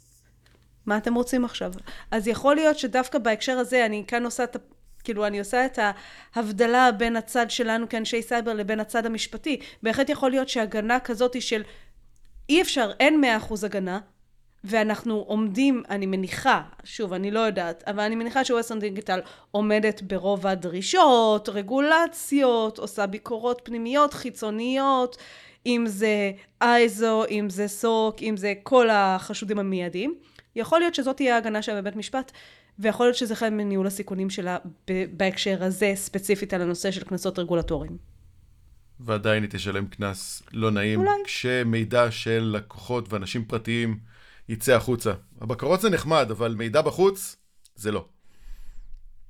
S2: מה אתם רוצים עכשיו? אז יכול להיות שדווקא בהקשר הזה אני כאן עושה אני עושה את ההבדלה בין הצד שלנו כאנשי סייבר לבין הצד המשפטי. בהחלט יכול להיות שהגנה כזאת של אי אפשר, אין 100% הגנה, ואנחנו עומדים, אני מניחה, שוב, אני לא יודעת, אבל אני מניחה שווסטרן דיגיטל עומדת ברוב הדרישות, רגולציות, עושה ביקורות פנימיות, חיצוניות, אם זה ISO, אם זה SOC, אם זה כל החשודים המיידיים. יכול להיות שזאת תהיה ההגנה שלה בבית משפט, ויכול להיות שזה חלק מניהול הסיכונים שלה בהקשר הזה, ספציפית על הנושא של כנסות רגולטוריים.
S1: ועדיין היא תשלם כנס לא נעים, אולי. כשמידע של לקוחות ואנשים פרטיים יצא החוצה. הבקרות זה נחמד, אבל מידע בחוץ זה לא.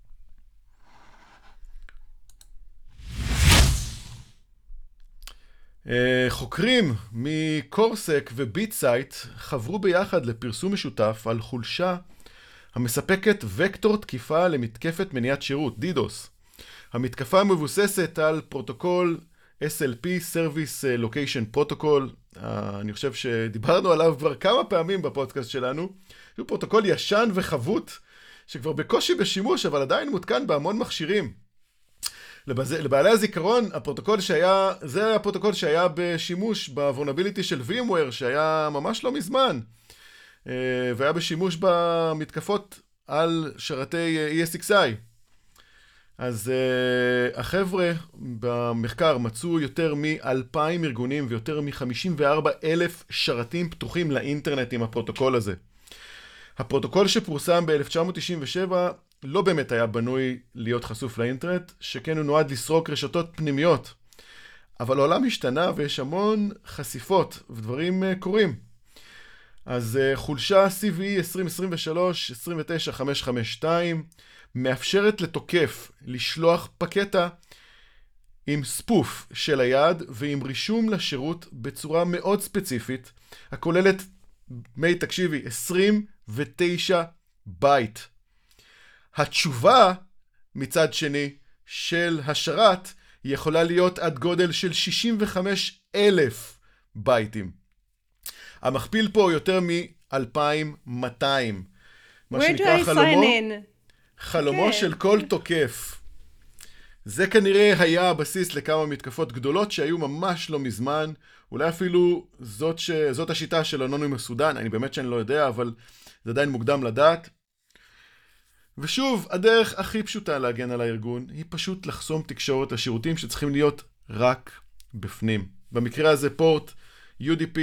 S1: חוקרים מקורסק וביטסייט חברו ביחד לפרסום משותף על חולשה המספקת וקטור תקיפה למתקפת מניעת שירות, דידוס. המתקפה מבוססת על פרוטוקול SLP, Service Location Protocol, אני חושב שדיברנו עליו כבר כמה פעמים בפודקאסט שלנו. הוא פרוטוקול ישן וחבוט, שכבר בקושי בשימוש, אבל עדיין מותקן בהמון מכשירים. לבעלי הזיכרון, זה הפרוטוקול שהיה בשימוש ב-vulnerability של VMware, שהיה ממש לא מזמן, והיה בשימוש במתקפות על שרתי ESXi. אז החבר'ה במחקר מצאו יותר מ-2,000 ארגונים ויותר מ-54,000 שרתים פתוחים לאינטרנט עם הפרוטוקול הזה. הפרוטוקול שפורסם ב-1997 לא באמת היה בנוי להיות חשוף לאינטרנט, שכן הוא נועד לסרוק רשתות פנימיות. אבל העולם השתנה ויש המון חשיפות ודברים קורים. אז חולשה CVE 2023-29552 מאפשרת לתוקף לשלוח פקטה עם ספוף של היד ועם רישום לשירות בצורה מאוד ספציפית, הכוללת, תקשיבי, 29 בייט. התשובה מצד שני של השרת יכולה להיות עד גודל של 65,000 בייטים. המכפיל פה יותר מ-2,200. מה שנקרא חלומו של כל תוקף. זה כנראה היה הבסיס לכמה מתקפות גדולות שהיו ממש לא מזמן. אולי אפילו זאת השיטה של אנונימוס סודן. אני באמת שאני לא יודע, אבל זה עדיין מוקדם לדעת. ושוב, הדרך הכי פשוטה להגן על הארגון היא פשוט לחסום תקשורת השירותים שצריכים להיות רק בפנים. במקרה הזה פורט UDP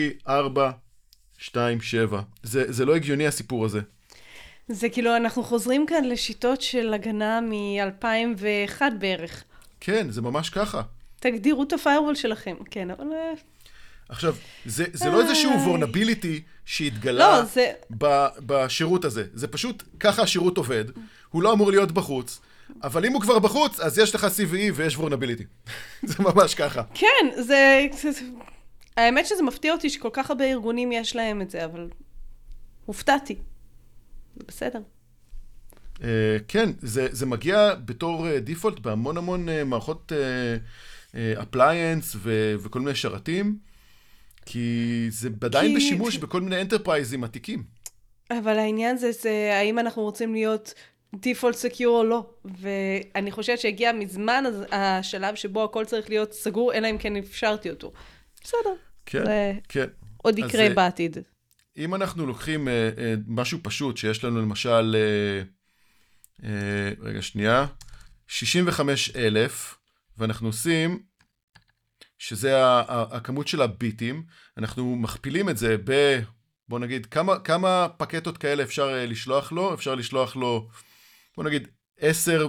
S1: 427. זה לא הגיוני הסיפור הזה.
S2: זה כאילו אנחנו חוזרים כאן לשיטות של הגנה מ-2001 בערך.
S1: כן, זה ממש ככה.
S2: תגדירו את הפיירוול שלכם, כן, אבל...
S1: עכשיו, זה לא איזשהו vulnerability שהתגלה בשירות הזה. זה פשוט, ככה השירות עובד. הוא לא אמור להיות בחוץ, אבל אם הוא כבר בחוץ, אז יש לך CVE ויש vulnerability. זה ממש ככה.
S2: כן, האמת שזה מפתיע אותי שכל כך הרבה ארגונים יש להם את זה, אבל הופתעתי. זה בסדר.
S1: כן, זה מגיע בתור דיפולט בהמון המון מערכות אפליינס וכל מיני שרתים, כי זה עדיין בשימוש בכל מיני אנטרפרייזים עתיקים.
S2: אבל העניין זה האם אנחנו רוצים להיות דיפולט סקיור או לא, ואני חושבת שהגיע מזמן השלב שבו הכל צריך להיות סגור, אלא אם כן אפשרתי אותו. בסדר.
S1: כן, כן.
S2: עוד יקרה בעתיד.
S1: אם אנחנו לוקחים משהו פשוט, שיש לנו למשל, רגע שנייה, 65,000, ואנחנו עושים, שזה הכמות של הביטים, אנחנו מכפילים את זה בוא נגיד, כמה פקטות כאלה אפשר לשלוח לו? אפשר לשלוח לו, בוא נגיד, 10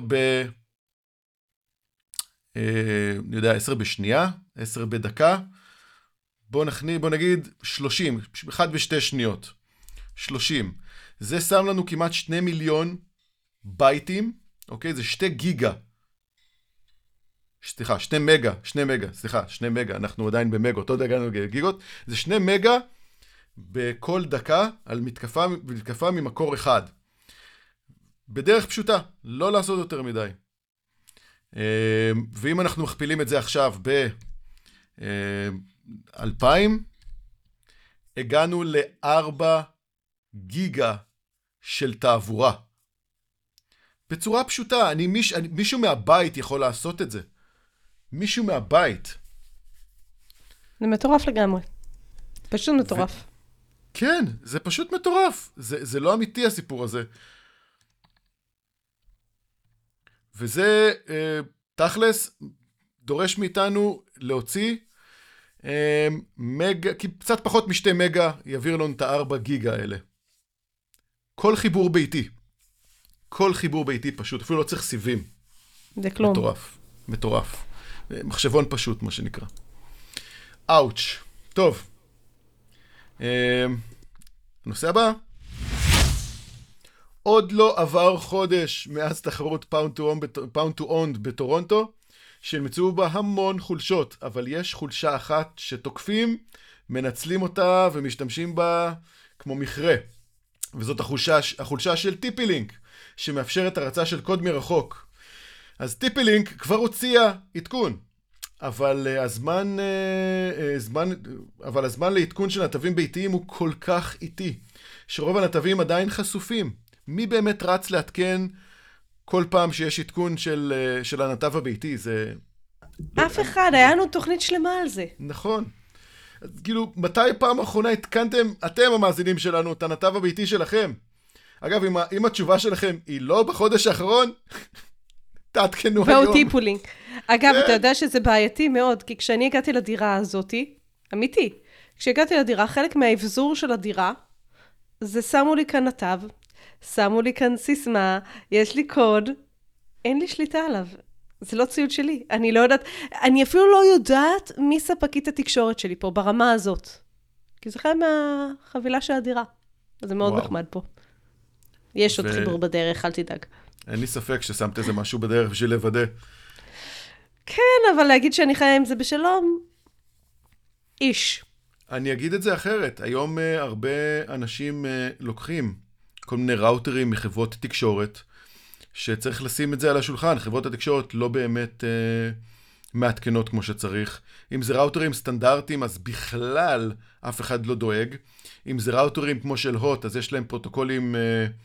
S1: אני יודע, 10 בשנייה, 10 בדקה, בוא נגיד 30, 1 ו2 שניות. 30. זה שם לנו כמעט 2 מיליון בייטים, אוקיי? זה 2 גיגה. סליחה, 2 מגה, אנחנו עדיין במגות, עוד הגענו גיגות. זה 2 מגה בכל דקה על מתקפה ממקור אחד. בדרך פשוטה, לא לעשות יותר מדי. ואם אנחנו מכפילים את זה עכשיו ב-2000, הגענו ל4 גיגה של תעבורה. בצורה פשוטה, מישהו מהבית יכול לעשות את זה. מישהו מהבית.
S2: זה מטורף לגמרי. פשוט מטורף.
S1: כן, זה פשוט מטורף. זה לא אמיתי הסיפור הזה. וזה תכלס דורש מאיתנו להוציא מגה, קצת פחות מ2 מגה יעביר לנו את 4 גיגה האלה. כל חיבור ביתי פשוט, אפילו לא צריך סיבים.
S2: זה כלום.
S1: מטורף. מחשבון פשוט, מה שנקרא. אאוץ'. טוב. הנושא הבא. עוד לא עבר חודש מאז תחרות Pound to Own בטורונטו, שנמצאו בה המון חולשות, אבל יש חולשה אחת שתוקפים, מנצלים אותה ומשתמשים בה כמו מכרה. וזאת החולשה של TP-Link, שמאפשרת הרצה של קוד מרחוק. אז TP-Link כבר הוציאה עדכון, אבל הזמן לעדכון של נתבים ביתיים הוא כל כך איטי, שרוב הנתבים עדיין חשופים. מי באמת רץ להתקן כל פעם שיש עדכון של הנתב הביתי? זה...
S2: אף אחד, היה לנו תוכנית שלמה על זה.
S1: נכון. אז כאילו, מתי פעם האחרונה התקנתם, אתם המאזינים שלנו, את הנתב הביתי שלכם? אגב, אם התשובה שלכם היא לא בחודש האחרון, תעדכנו היום.
S2: והוא TP-Link. אגב, אתה יודע שזה בעייתי מאוד, כי כשאני הגעתי לדירה הזאת, אמיתי, כשהגעתי לדירה, חלק מהאבזור של הדירה, זה שמו לי כאן נתב, שמו לי כאן סיסמה, יש לי קוד, אין לי שליטה עליו. זה לא ציוד שלי. אני לא יודעת, אני אפילו לא יודעת מי ספקית התקשורת שלי פה, ברמה הזאת. כי זה חלק מהחבילה של הדירה. זה מאוד נחמד פה. יש עוד חיבור בדרך, אל תדאג.
S1: אין לי ספק ששמת איזה משהו בדרך בשביל לוודא.
S2: כן, אבל להגיד שאני חיה עם זה בשלום, איש.
S1: אני אגיד את זה אחרת. היום הרבה אנשים לוקחים כל מיני ראוטרים מחברות תקשורת, שצריך לשים את זה על השולחן. חברות התקשורת לא באמת מעדכנות כמו שצריך. אם זה ראוטרים סטנדרטיים, אז בכלל אף אחד לא דואג. אם זה ראוטרים כמו של הוט, אז יש להם פרוטוקולים...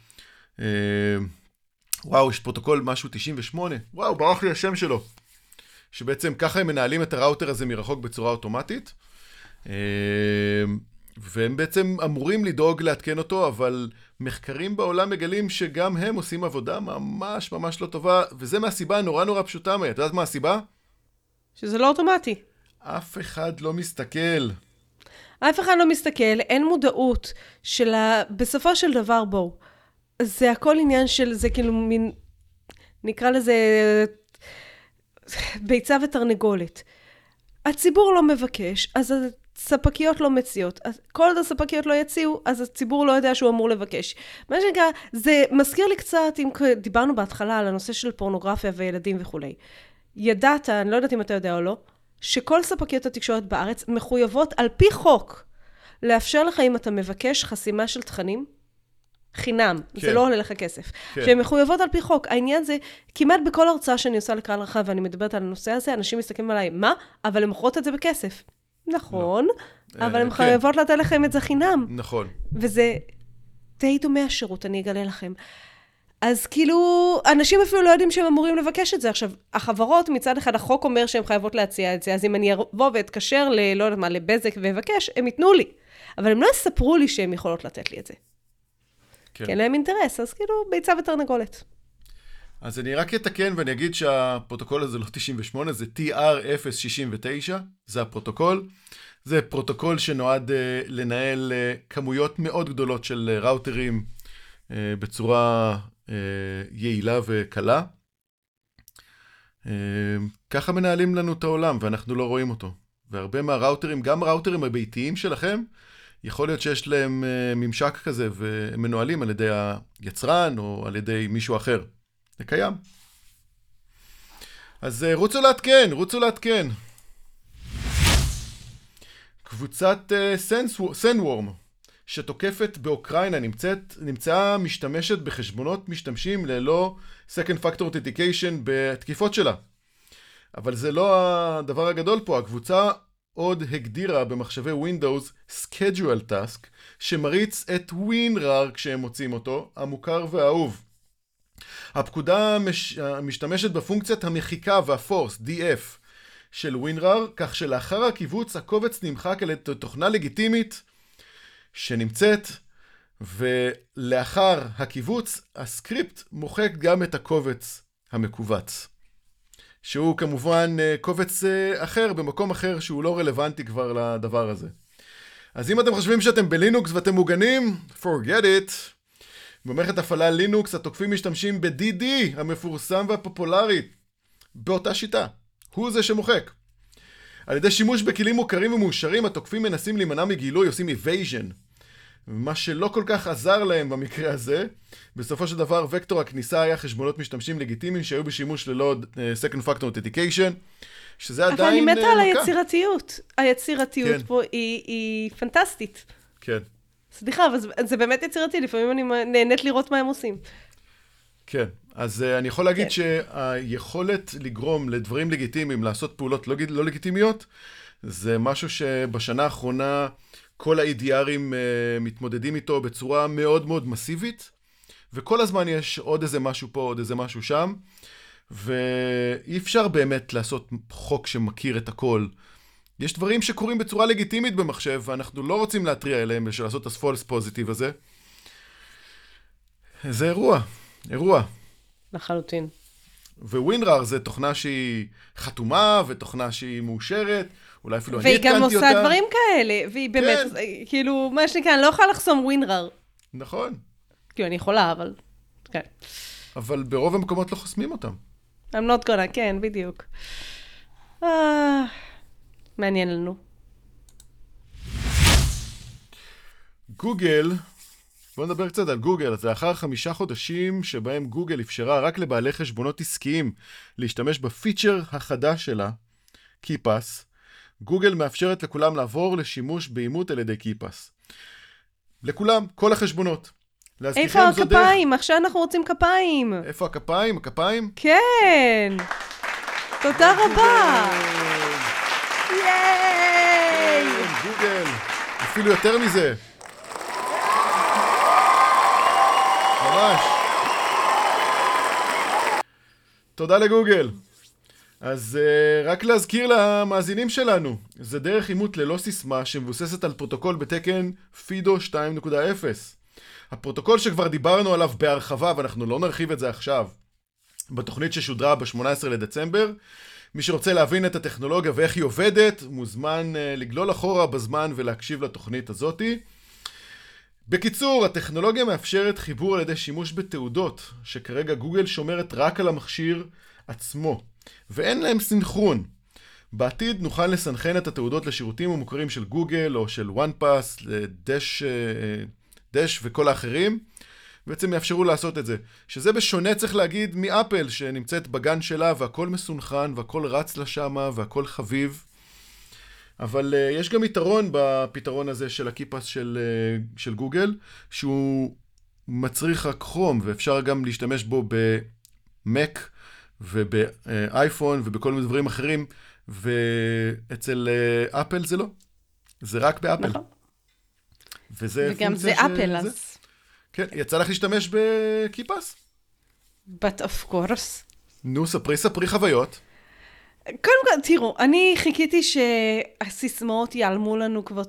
S1: וואו, יש פרוטוקול משהו 98. וואו, ברח לי השם שלו. שבעצם ככה הם מנהלים את הראוטר הזה מרחוק בצורה אוטומטית. והם בעצם אמורים לדאוג להתקן אותו, אבל מחקרים בעולם מגלים שגם הם עושים עבודה ממש ממש לא טובה, וזה מהסיבה נורא נורא פשוטה. את יודעת מה הסיבה?
S2: שזה לא אוטומטי.
S1: אף אחד לא מסתכל.
S2: אף אחד לא מסתכל, אין מודעות של בסופו של דבר בואו. זה הכל עניין של, זה כאילו מין, נקרא לזה ביצה ותרנגולת. הציבור לא מבקש, אז הספקיות לא מציעות. כל עוד הספקיות לא יציעו, אז הציבור לא יודע שהוא אמור לבקש. מה שנקרא, זה מזכיר לי קצת, אם דיברנו בהתחלה על הנושא של פורנוגרפיה וילדים וכו'. ידעת, אני לא יודעת אם אתה יודע או לא, שכל ספקיות התקשורת בארץ מחויבות על פי חוק לאפשר לך אם אתה מבקש חסימה של תכנים, חינם, כן. זה לא עולה לך כסף. כן. שהן מחויבות על פי חוק. העניין זה, כמעט בכל הרצאה שאני עושה לקהל רחב, ואני מדברת על הנושא הזה, אנשים מסתכלים עליי, מה? אבל הן מוכרות את זה בכסף. נכון, לא. אבל הן חייבות לתת לכם את זה חינם.
S1: נכון.
S2: וזה די דומה השירות, אני אגלה לכם. אז כאילו, אנשים אפילו לא יודעים שהם אמורים לבקש את זה. עכשיו, החברות, מצד אחד, החוק אומר שהן חייבות להציע את זה, אז אם אני אבוא ואתקשר לא יודעת מה, לבזק ואבקש, הם ייתנו לי. אבל הם לא יספרו לי שהם יכולות לתת לי את זה. כן. כי אין להם אינטרס, אז כאילו ביצה ותרנגולת.
S1: אז אני רק אתקן ואני אגיד שהפרוטוקול הזה לא 98, זה TR069, זה הפרוטוקול. זה פרוטוקול שנועד לנהל כמויות מאוד גדולות של ראוטרים בצורה יעילה וקלה. ככה מנהלים לנו את העולם ואנחנו לא רואים אותו. והרבה מהראוטרים, גם ראוטרים הביתיים שלכם, יכול להיות שיש להם ממשק כזה והם מנוהלים על ידי היצרן או על ידי מישהו אחר. זה קיים. אז רוצו להתקן. קבוצת סנוורם שתוקפת באוקראינה נמצאה משתמשת בחשבונות משתמשים ללא Second Factor Authentication בתקיפות שלה. אבל זה לא הדבר הגדול פה. הקבוצה עוד הגדירה במחשבי Windows Schedule Task שמריץ את WinRAR כשהם מוצאים אותו, המוכר והאהוב. הפקודה משתמשת בפונקציית המחיקה והפורס, DF, של WinRAR, כך שלאחר הקיבוץ הקובץ נמחק על תוכנה לגיטימית שנמצאת, ולאחר הקיבוץ הסקריפט מוחק גם את הקובץ המקובץ. שהוא כמובן קובץ אחר, במקום אחר שהוא לא רלוונטי כבר לדבר הזה. אז אם אתם חושבים שאתם בלינוקס ואתם מוגנים, forget it. במערכת הפעלה לינוקס התוקפים משתמשים ב-DD המפורסם והפופולרי. באותה שיטה. הוא זה שמוחק. על ידי שימוש בכלים מוכרים ומאושרים, התוקפים מנסים להימנע מגילוי, עושים evasion. מה שלא כל כך עזר להם במקרה הזה, בסופו של דבר וקטור הכניסה היה חשבונות משתמשים לגיטימיים שהיו בשימוש ללא Second Factor Authentication, שזה עדיין
S2: אבל אני מתה על
S1: מכה.
S2: היצירתיות. היצירתיות
S1: כן.
S2: פה היא פנטסטית.
S1: כן.
S2: סליחה, אבל זה באמת יצירתי, לפעמים אני נהנית לראות מה הם עושים.
S1: כן, אז אני יכול להגיד
S2: כן.
S1: שהיכולת לגרום לדברים לגיטימיים, לעשות פעולות לא לגיטימיות, זה משהו שבשנה האחרונה כל ה-EDRים מתמודדים איתו בצורה מאוד מאוד מסיבית, וכל הזמן יש עוד איזה משהו פה, עוד איזה משהו שם, ואי אפשר באמת לעשות חוק שמכיר את הכל. יש דברים שקורים בצורה לגיטימית במחשב, ואנחנו לא רוצים להטריע אליהם בשביל לעשות את ה-false positive הזה. זה אירוע.
S2: לחלוטין.
S1: ווינרר זה תוכנה שהיא חתומה, ותוכנה שהיא מאושרת, אולי אפילו אני
S2: והיא
S1: התקנתי
S2: גם
S1: אותה.
S2: עושה דברים כאלה, והיא באמת,
S1: כן.
S2: כאילו, מה שנקרא, אני לא יכולה לחסום ווינרר.
S1: נכון,
S2: כאילו, אני יכולה, אבל... כן.
S1: אבל ברוב המקומות לא חוסמים אותם.
S2: I'm not gonna, כן, בדיוק. מעניין לנו.
S1: גוגל, בואו נדבר קצת על גוגל. אז לאחר 5 חודשים שבהם גוגל אפשרה רק לבעלי חשבונות עסקיים להשתמש בפיצ'ר החדש שלה, קיפס, גוגל מאפשרת לכולם לעבור לשימוש באימות על ידי קיפס. לכולם, כל החשבונות.
S2: איפה הכפיים? עכשיו אנחנו רוצים כפיים.
S1: איפה הכפיים? הכפיים?
S2: כן. תודה רבה. ייי!
S1: גוגל, אפילו יותר מזה. ממש. תודה לגוגל. אז רק להזכיר למאזינים שלנו, זה דרך אימות ללא סיסמה שמבוססת על פרוטוקול בתקן פידו 2.0. הפרוטוקול שכבר דיברנו עליו בהרחבה, ואנחנו לא נרחיב את זה עכשיו, בתוכנית ששודרה ב-18 לדצמבר. מי שרוצה להבין את הטכנולוגיה ואיך היא עובדת, מוזמן לגלול אחורה בזמן ולהקשיב לתוכנית הזאתי. בקיצור, הטכנולוגיה מאפשרת חיבור על ידי שימוש בתעודות, שכרגע גוגל שומרת רק על המכשיר עצמו, ואין להם סנכרון. בעתיד נוכל לסנכרן את התעודות לשירותים המוכרים של גוגל או של OnePass, דש וכל האחרים, בעצם יאפשרו לעשות את זה. שזה בשונה, צריך להגיד, מאפל שנמצאת בגן שלה והכל מסונכרן והכל רץ לשמה והכל חביב. אבל יש גם יתרון בפתרון הזה של הקיפס של גוגל, שהוא מצריך רק כרום, ואפשר גם להשתמש בו במק ובאייפון ובכל מיני דברים אחרים, ואצל אפל זה לא. זה רק באפל.
S2: נכון.
S1: וגם
S2: זה אפל, אז...
S1: כן, יצא לך להשתמש בקיפס?
S2: But of course.
S1: נו, ספרי חוויות.
S2: קודם כל, תראו, אני חיכיתי שהסיסמאות ייעלמו לנו כבר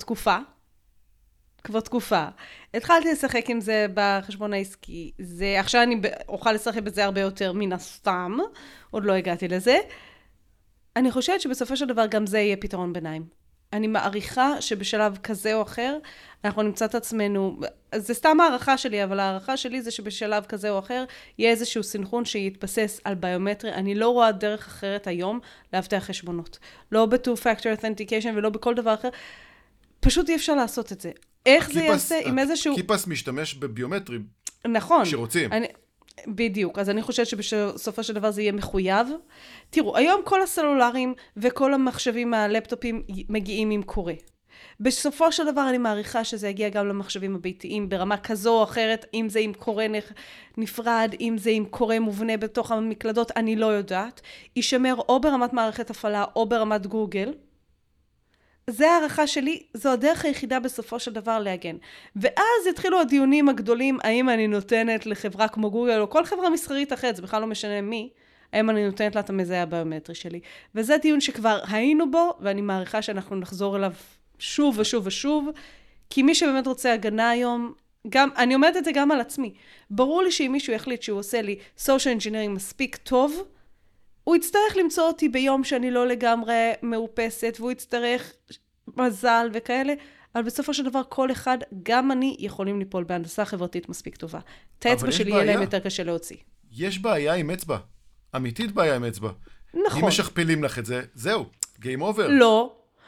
S2: תקופה. התחלתי לשחק עם זה בחשבון העסקי. עכשיו אני אוכל לשחק בזה הרבה יותר מן הסתם. עוד לא הגעתי לזה. אני חושבת שבסופו של דבר גם זה יהיה פתרון ביניים. אני מעריכה שבשלב כזה או אחר, אנחנו נמצא את עצמנו, זה סתם הערכה שלי, אבל הערכה שלי זה שבשלב כזה או אחר, יהיה איזשהו סנכרון שיתבסס על ביומטרי. אני לא רואה דרך אחרת היום להבטח חשבונות. לא ב-2-Factor Authentication ולא בכל דבר אחר. פשוט אי אפשר לעשות את זה. איך זה יעשה עם איזשהו...
S1: קיפס משתמש בביומטרי.
S2: נכון.
S1: כשרוצים.
S2: בדיוק, אז אני חושבת שבסופו של דבר זה יהיה מחויב. תראו, היום כל הסלולרים וכל המחשבים מהלפטופים מגיעים עם קורא. בסופו של דבר אני מעריכה שזה יגיע גם למחשבים הביתיים ברמה כזו או אחרת, אם זה עם קורא נפרד, אם זה עם קורא מובנה בתוך המקלדות, אני לא יודעת. יישמר או ברמת מערכת הפעלה או ברמת גוגל. זה הערכה שלי, זו הדרך היחידה בסופו של דבר להגן. ואז התחילו הדיונים הגדולים, האם אני נותנת לחברה כמו גוגל, או כל חברה מסחרית אחרת, זה בכלל לא משנה מי, האם אני נותנת לה את המזהה הביומטרי שלי. וזה דיון שכבר היינו בו, ואני מעריכה שאנחנו נחזור אליו שוב ושוב ושוב, כי מי שבאמת רוצה הגנה היום, אני אומרת את זה גם על עצמי. ברור לי שאם מישהו יחליט שהוא עושה לי social engineering מספיק טוב, הוא יצטרך למצוא אותי ביום שאני לא לגמרי מאופסת, והוא יצטרך מזל וכאלה, אבל בסופו של דבר כל אחד, גם אני, יכולים ליפול בהנדסה חברתית מספיק טובה. את האצבע שלי יהיה להם יותר קשה להוציא.
S1: יש בעיה עם אצבע. אמיתית בעיה עם אצבע.
S2: נכון.
S1: אם משכפלים לך את זה, זהו, game over.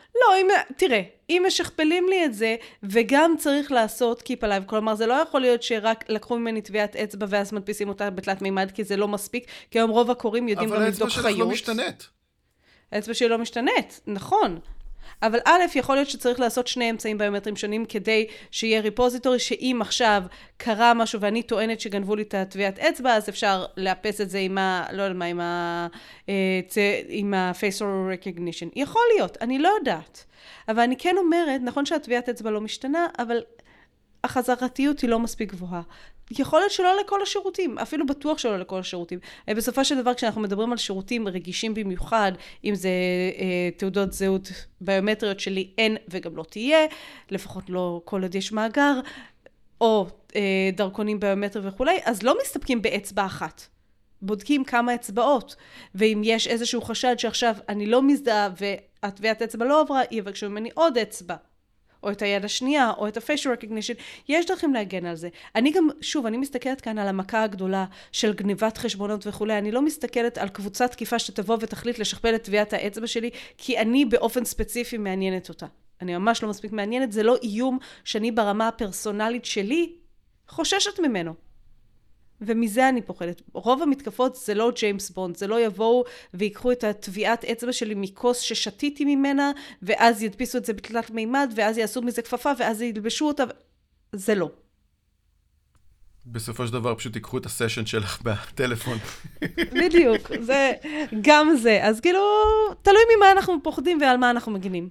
S2: לא, תראה, אם משכפלים לי את זה, וגם צריך לעשות Keep Alive, כלומר, זה לא יכול להיות שרק לקחו ממני טביעת אצבע, ואז מדפיסים אותה בתלת מימד, כי זה לא מספיק, כי היום רוב הקוראים יודעים גם לבדוק חיות.
S1: אבל האצבע שלך לא משתנית.
S2: האצבע שלי לא משתנית, נכון. אבל א', יכול להיות שצריך לעשות שני אמצעים ביומטריים שונים, כדי שיהיה ריפוזיטורי, שאם עכשיו קרה משהו, ואני טוענת שגנבו לי את הטביעת אצבע, אז אפשר לאפס את זה עם לא יודע מה, עם ה-facial recognition. יכול להיות, אני לא יודעת. אבל אני כן אומרת, נכון שהטביעת אצבע לא משתנה, אבל החזרתיות היא לא מספיק גבוהה. יכול להיות שלא לכל השירותים, אפילו בטוח שלא לכל השירותים. בסופו של דבר, כשאנחנו מדברים על שירותים רגישים במיוחד, אם זה תעודות זהות ביומטריות שלי אין וגם לא תהיה, לפחות לא כל עוד יש מאגר, או דרכונים ביומטריים וכולי, אז לא מסתפקים באצבע אחת. בודקים כמה אצבעות, ואם יש איזשהו חשד שעכשיו אני לא מזדהה והטביעת אצבע לא עברה, יבקשו ממני עוד אצבע. או את היד השנייה, או את ה-facial recognition, יש דרכים להגן על זה. אני גם, שוב, אני מסתכלת כאן על המכה הגדולה של גניבת חשבונות וכולי, אני לא מסתכלת על קבוצת תקיפה שתבוא ותחליט לשכפל את טביעת האצבע שלי, כי אני באופן ספציפי מעניינת אותה. אני ממש לא מספיק מעניינת, זה לא איום שאני ברמה הפרסונלית שלי חוששת ממנו. ומזה אני פוחדת. רוב המתקפות זה לא ג'יימס בונד, זה לא יבואו ויקחו את הטביעת אצבע שלי מכוס ששתיתי ממנה, ואז ידפיסו את זה בתלת מימד, ואז יעשו מזה כפפה, ואז ילבשו אותה. זה לא.
S1: בסופו של דבר פשוט תיקחו את הסשן שלך בטלפון.
S2: בדיוק, זה גם זה. אז כאילו, תלוי ממה אנחנו פוחדים ועל מה אנחנו מגינים.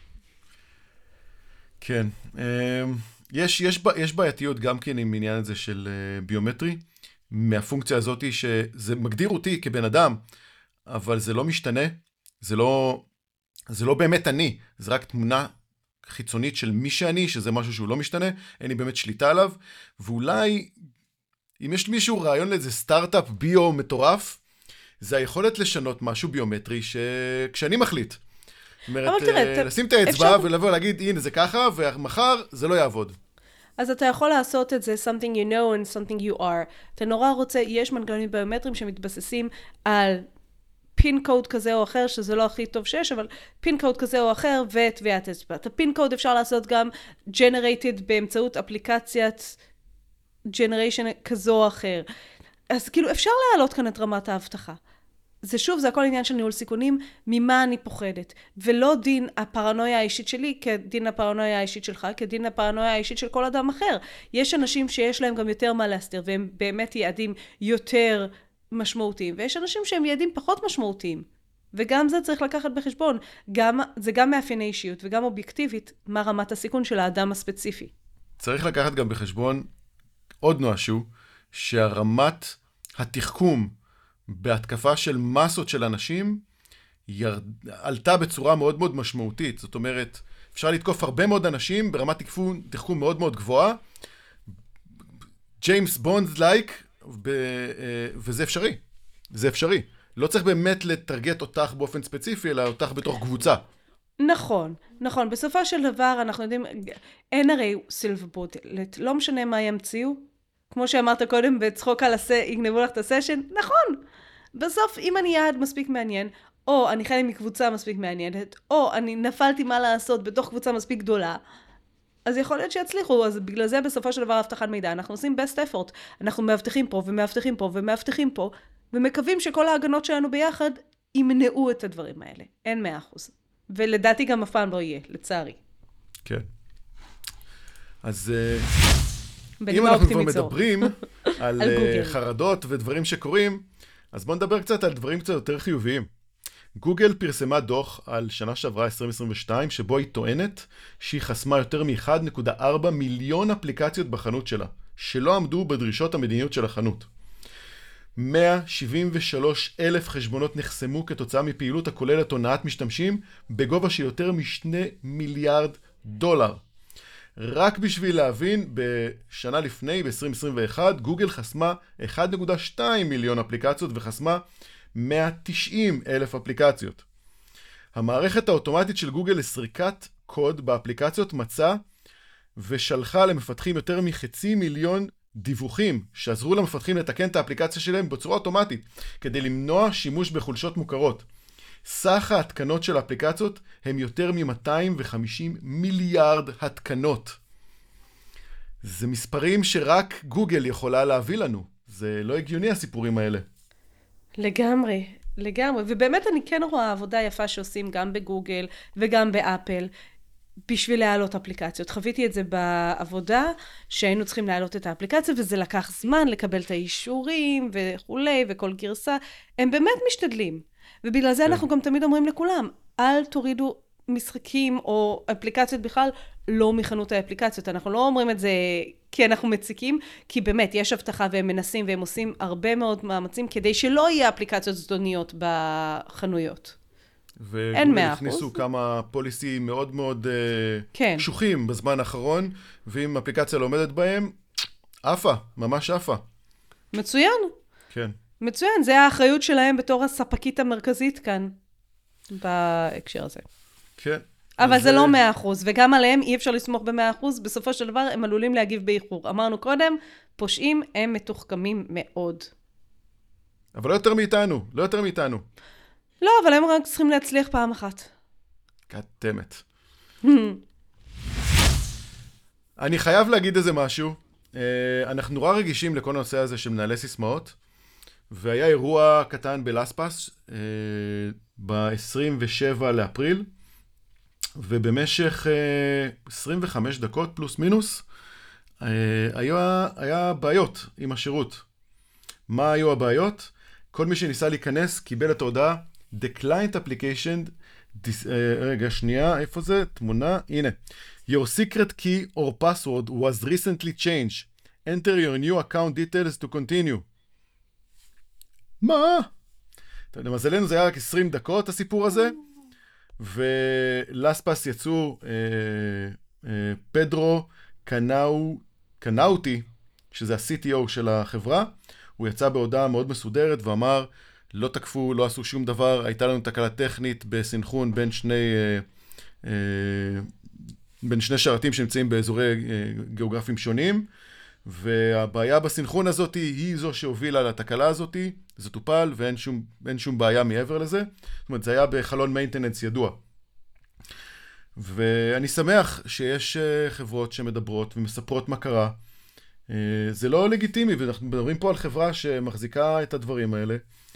S1: כן. יש בעייתיות גם כן עם עניין הזה של ביומטרי, מהפונקציה הזאת שזה מגדיר אותי כבן אדם, אבל זה לא משתנה, זה לא באמת אני, זה רק תמונה חיצונית של מי שאני, שזה משהו שהוא לא משתנה, אין לי באמת שליטה עליו, ואולי אם יש מישהו רעיון לאיזה סטארט-אפ ביו מטורף, זה היכולת לשנות משהו ביומטרי כשאני מחליט. זאת אומרת, לשים את האצבע ולבוא להגיד, הנה זה ככה, ומחר זה לא יעבוד.
S2: אז אתה יכול לעשות את זה something you know and something you are. אתה נורא רוצה, יש מנגנונים ביומטריים שמתבססים על פין קוד כזה או אחר, שזה לא הכי טוב שיש, אבל פין קוד כזה או אחר וטביעת אצבע. את הפין קוד אפשר לעשות גם generated באמצעות אפליקציית generation כזו או אחר. אז כאילו אפשר להעלות כאן את רמת ההבטחה. זה שוב, זה הכל עניין של ניהול סיכונים, ממה אני פוחדת. ולא דין הפרנויה האישית שלי כדין הפרנויה האישית שלך, כדין הפרנויה האישית של כל אדם אחר. יש אנשים שיש להם גם יותר מה להסתיר, והם באמת יעדים יותר משמעותיים, ויש אנשים שהם יעדים פחות משמעותיים. וגם זה צריך לקחת בחשבון. זה גם מאפייני אישיות, וגם אובייקטיבית, מה רמת הסיכון של האדם הספציפי.
S1: צריך לקחת גם בחשבון עוד משהו, שהרמת התחכום בהתקפה של מסות של אנשים, עלתה בצורה מאוד מאוד משמעותית. זאת אומרת, אפשר לתקוף הרבה מאוד אנשים ברמת תחכום מאוד מאוד גבוהה, ג'יימס בונד לייק, וזה אפשרי. זה אפשרי. לא צריך באמת לטרגט אותך באופן ספציפי, אלא אותך בתוך קבוצה.
S2: נכון, נכון. בסופו של דבר, אנחנו יודעים, אין הרי סילבר בולט. לא משנה מה ימציאו. כמו שאמרת קודם, בצחוק על יגנבו לך את הסשן. נכון. בסוף, אם אני יעד מספיק מעניין, או אני חלק מקבוצה מספיק מעניינת, או אני נפלתי מה לעשות בתוך קבוצה מספיק גדולה, אז יכול להיות שיצליחו. אז בגלל זה בסופו של דבר הבטחת מידע, אנחנו עושים best effort. אנחנו מאבטחים פה ומאבטחים פה ומאבטחים פה, ומקווים שכל ההגנות שלנו ביחד ימנעו את הדברים האלה. אין 100%. ולדעתי גם אף פעם לא יהיה, לצערי.
S1: כן. אז אם אנחנו כבר מדברים על חרדות ודברים שקורים, אז בואו נדבר קצת על דברים קצת יותר חיוביים. גוגל פרסמה דוח על שנה שעברה 2022, שבו היא טוענת שהיא חסמה יותר מ-1.4 מיליון אפליקציות בחנות שלה, שלא עמדו בדרישות המדיניות של החנות. 173,000 חשבונות נחסמו כתוצאה מפעילות הכוללת הונאת משתמשים בגובה של יותר מ$2 מיליארד. רק בשביל להבין, בשנה לפני, ב-2021, גוגל חסמה 1.2 מיליון אפליקציות וחסמה 190,000 אפליקציות. המערכת האוטומטית של גוגל לסריקת קוד באפליקציות מצאה ושלחה למפתחים יותר מ500,000 דיווחים שעזרו למפתחים לתקן את האפליקציה שלהם בצורה אוטומטית, כדי למנוע שימוש בחולשות מוכרות. סך ההתקנות של האפליקציות הם יותר מ-250 מיליארד התקנות. זה מספרים שרק גוגל יכולה להביא לנו. זה לא הגיוני הסיפורים האלה.
S2: לגמרי, לגמרי. ובאמת אני כן רואה עבודה יפה שעושים גם בגוגל וגם באפל, בשביל להעלות אפליקציות. חוויתי את זה בעבודה, שהיינו צריכים להעלות את האפליקציה, וזה לקח זמן לקבל את האישורים וכולי, וכל גרסה. הם באמת משתדלים. ובגלל זה אנחנו גם תמיד אומרים לכולם, אל תורידו משחקים או אפליקציות בכלל, לא מחנות האפליקציות. אנחנו לא אומרים את זה כי אנחנו מציקים, כי באמת יש הבטחה והם מנסים והם עושים הרבה מאוד מאמצים, כדי שלא יהיה אפליקציות זדוניות בחנויות.
S1: וגוגל הכניסו כמה פוליסים מאוד מאוד קשוחים בזמן האחרון, ואם אפליקציה לא עומדת בהם, עפה, ממש עפה.
S2: מצוין.
S1: כן.
S2: מצוין, זה האחריות שלהם בתור הספקית המרכזית כאן, בהקשר הזה.
S1: כן.
S2: אבל זה לא 100%, וגם עליהם אי אפשר לסמוך ב100%, בסופו של דבר הם עלולים להגיב באיחור. אמרנו קודם, פושעים הם מתוחכמים מאוד.
S1: אבל לא יותר מאיתנו, לא יותר מאיתנו.
S2: לא, אבל הם רק צריכים להצליח פעם אחת.
S1: קטמת. אני חייב להגיד איזה משהו. אנחנו נורא רגישים לכל הנושא הזה של מנהלי סיסמאות, והיה אירוע קטן בלספס ב-27 לאפריל, ובמשך 25 דקות פלוס מינוס, היה בעיות עם השירות. מה היו הבעיות? כל מי שניסה להיכנס קיבל את ההודעה, The client application, רגע שנייה, איפה זה? תמונה, הנה. Your secret key or password was recently changed. Enter your new account details to continue. מה? למזלנו זה היה רק 20 דקות הסיפור הזה, ולספס יצאו פדרו קנאוטי, שזה ה-CTO של החברה, הוא יצא בהודעה מאוד מסודרת ואמר, לא תקפו, לא עשו שום דבר, הייתה לנו תקלה טכנית בסנכרון בין שני שרתים שנמצאים באזורי גיאוגרפיים שונים, והבעיה בסנכרון הזאת היא זו שהובילה לתקלה הזאת, זה טופל ואין שום בעיה מעבר לזה, זאת אומרת זה היה בחלון מיינטננס ידוע. ואני שמח שיש חברות שמדברות ומספרות מה קרה, זה לא לגיטימי, ואנחנו מדברים פה על חברה שמחזיקה את הדברים האלה,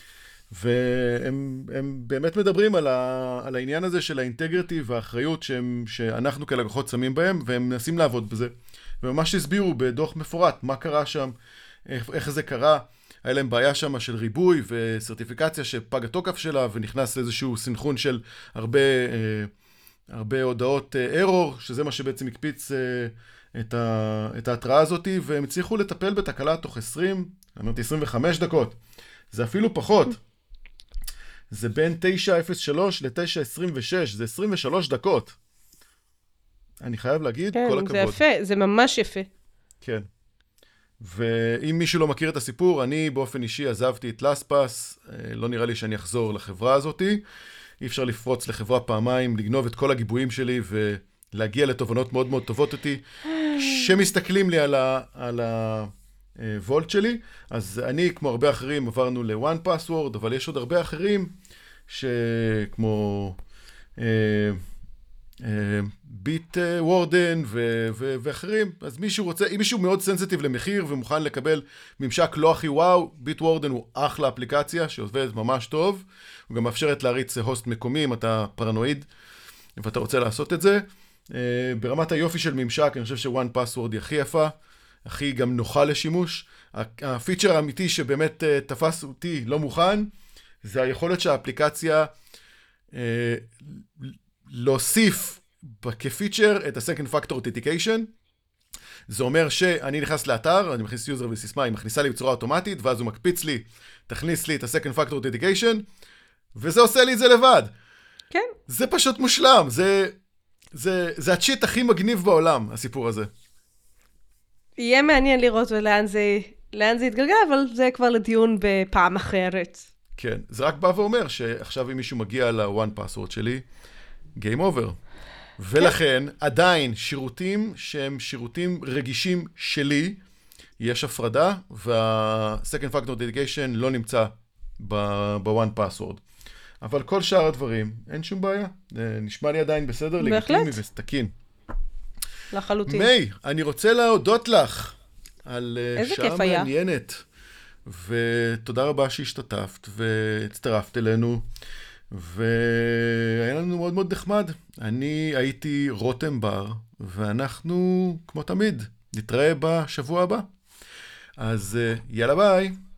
S1: והם באמת מדברים על העניין הזה של האינטגריטי והאחריות שאנחנו כלקוחות שמים בהם, והם מנסים לעבוד בזה. וממש הסבירו בדוח מפורט מה קרה שם, איך זה קרה, היה להם בעיה שם של ריבוי וסרטיפיקציה שפג התוקף שלה, ונכנס לאיזשהו סנכרון של הרבה הודעות error, שזה מה שבעצם הקפיץ את ההתראה הזאת, והם הצליחו לטפל בתקלה תוך 25 דקות. זה אפילו פחות. זה בין 9:03 ל-9:26, זה 23 דקות. אני חייב להגיד,
S2: כן,
S1: כל הכבוד.
S2: זה יפה, זה ממש יפה.
S1: כן. ואם מישהו לא מכיר את הסיפור, אני באופן אישי עזבתי את לספס, לא נראה לי שאני אחזור לחברה הזאת. אי אפשר לפרוץ לחברה פעמיים, לגנוב את כל הגיבויים שלי ולהגיע לתובנות מאוד מאוד טובות אותי, שמסתכלים לי על הוולט שלי. אז אני, כמו הרבה אחרים, עברנו ל-One Password, אבל יש עוד הרבה אחרים שכמו ביט וורדן ואחרים. אז מישהו רוצה, אם מישהו מאוד סנסיטיב למחיר ומוכן לקבל ממשק לא הכי וואו, ביט וורדן הוא אחלה אפליקציה שעובדת ממש טוב. הוא גם מאפשרת להריץ הוסט מקומי אם אתה פרנואיד ואתה רוצה לעשות את זה. ברמת היופי של ממשק, אני חושב ש-One Password היא הכי יפה, הכי גם נוחה לשימוש. הפיצ'ר האמיתי שבאמת תפס אותי לא מוכן, זה היכולת שהאפליקציה להוסיף כפיצ'ר את ה-Second Factor Authentication. זה אומר שאני נכנס לאתר, אני מכניס יוזר וסיסמה, היא מכניסה לי בצורה אוטומטית, ואז הוא מקפיץ לי, תכניס לי את ה-Second Factor Authentication, וזה עושה לי את זה לבד. כן. זה פשוט מושלם, זה הצ'יט הכי מגניב בעולם, הסיפור הזה.
S2: יהיה מעניין לראות לאן זה יתגלגל, אבל זה כבר לדיון בפעם אחרת.
S1: כן, זה רק בא ואומר שעכשיו אם מישהו מגיע ל-One Password שלי, Game Over. ולכן עדיין שירותים שהם שירותים רגישים שלי, יש הפרדה, וה-Second Factor Authentication לא נמצא ב-One Password. אבל כל שאר הדברים, אין שום בעיה. נשמע לי עדיין בסדר,
S2: בהחלט.
S1: לגיטימי וסתקין.
S2: לחלוטין.
S1: מיי, אני רוצה להודות לך על
S2: איזה
S1: שעה
S2: כיף היה.
S1: מעניינת. ותודה רבה שהשתתפת והצטרפת אלינו. והיה לנו מאוד מאוד נחמד. אני הייתי רותם בר, ואנחנו, כמו תמיד, נתראה בשבוע הבא. אז יאללה ביי.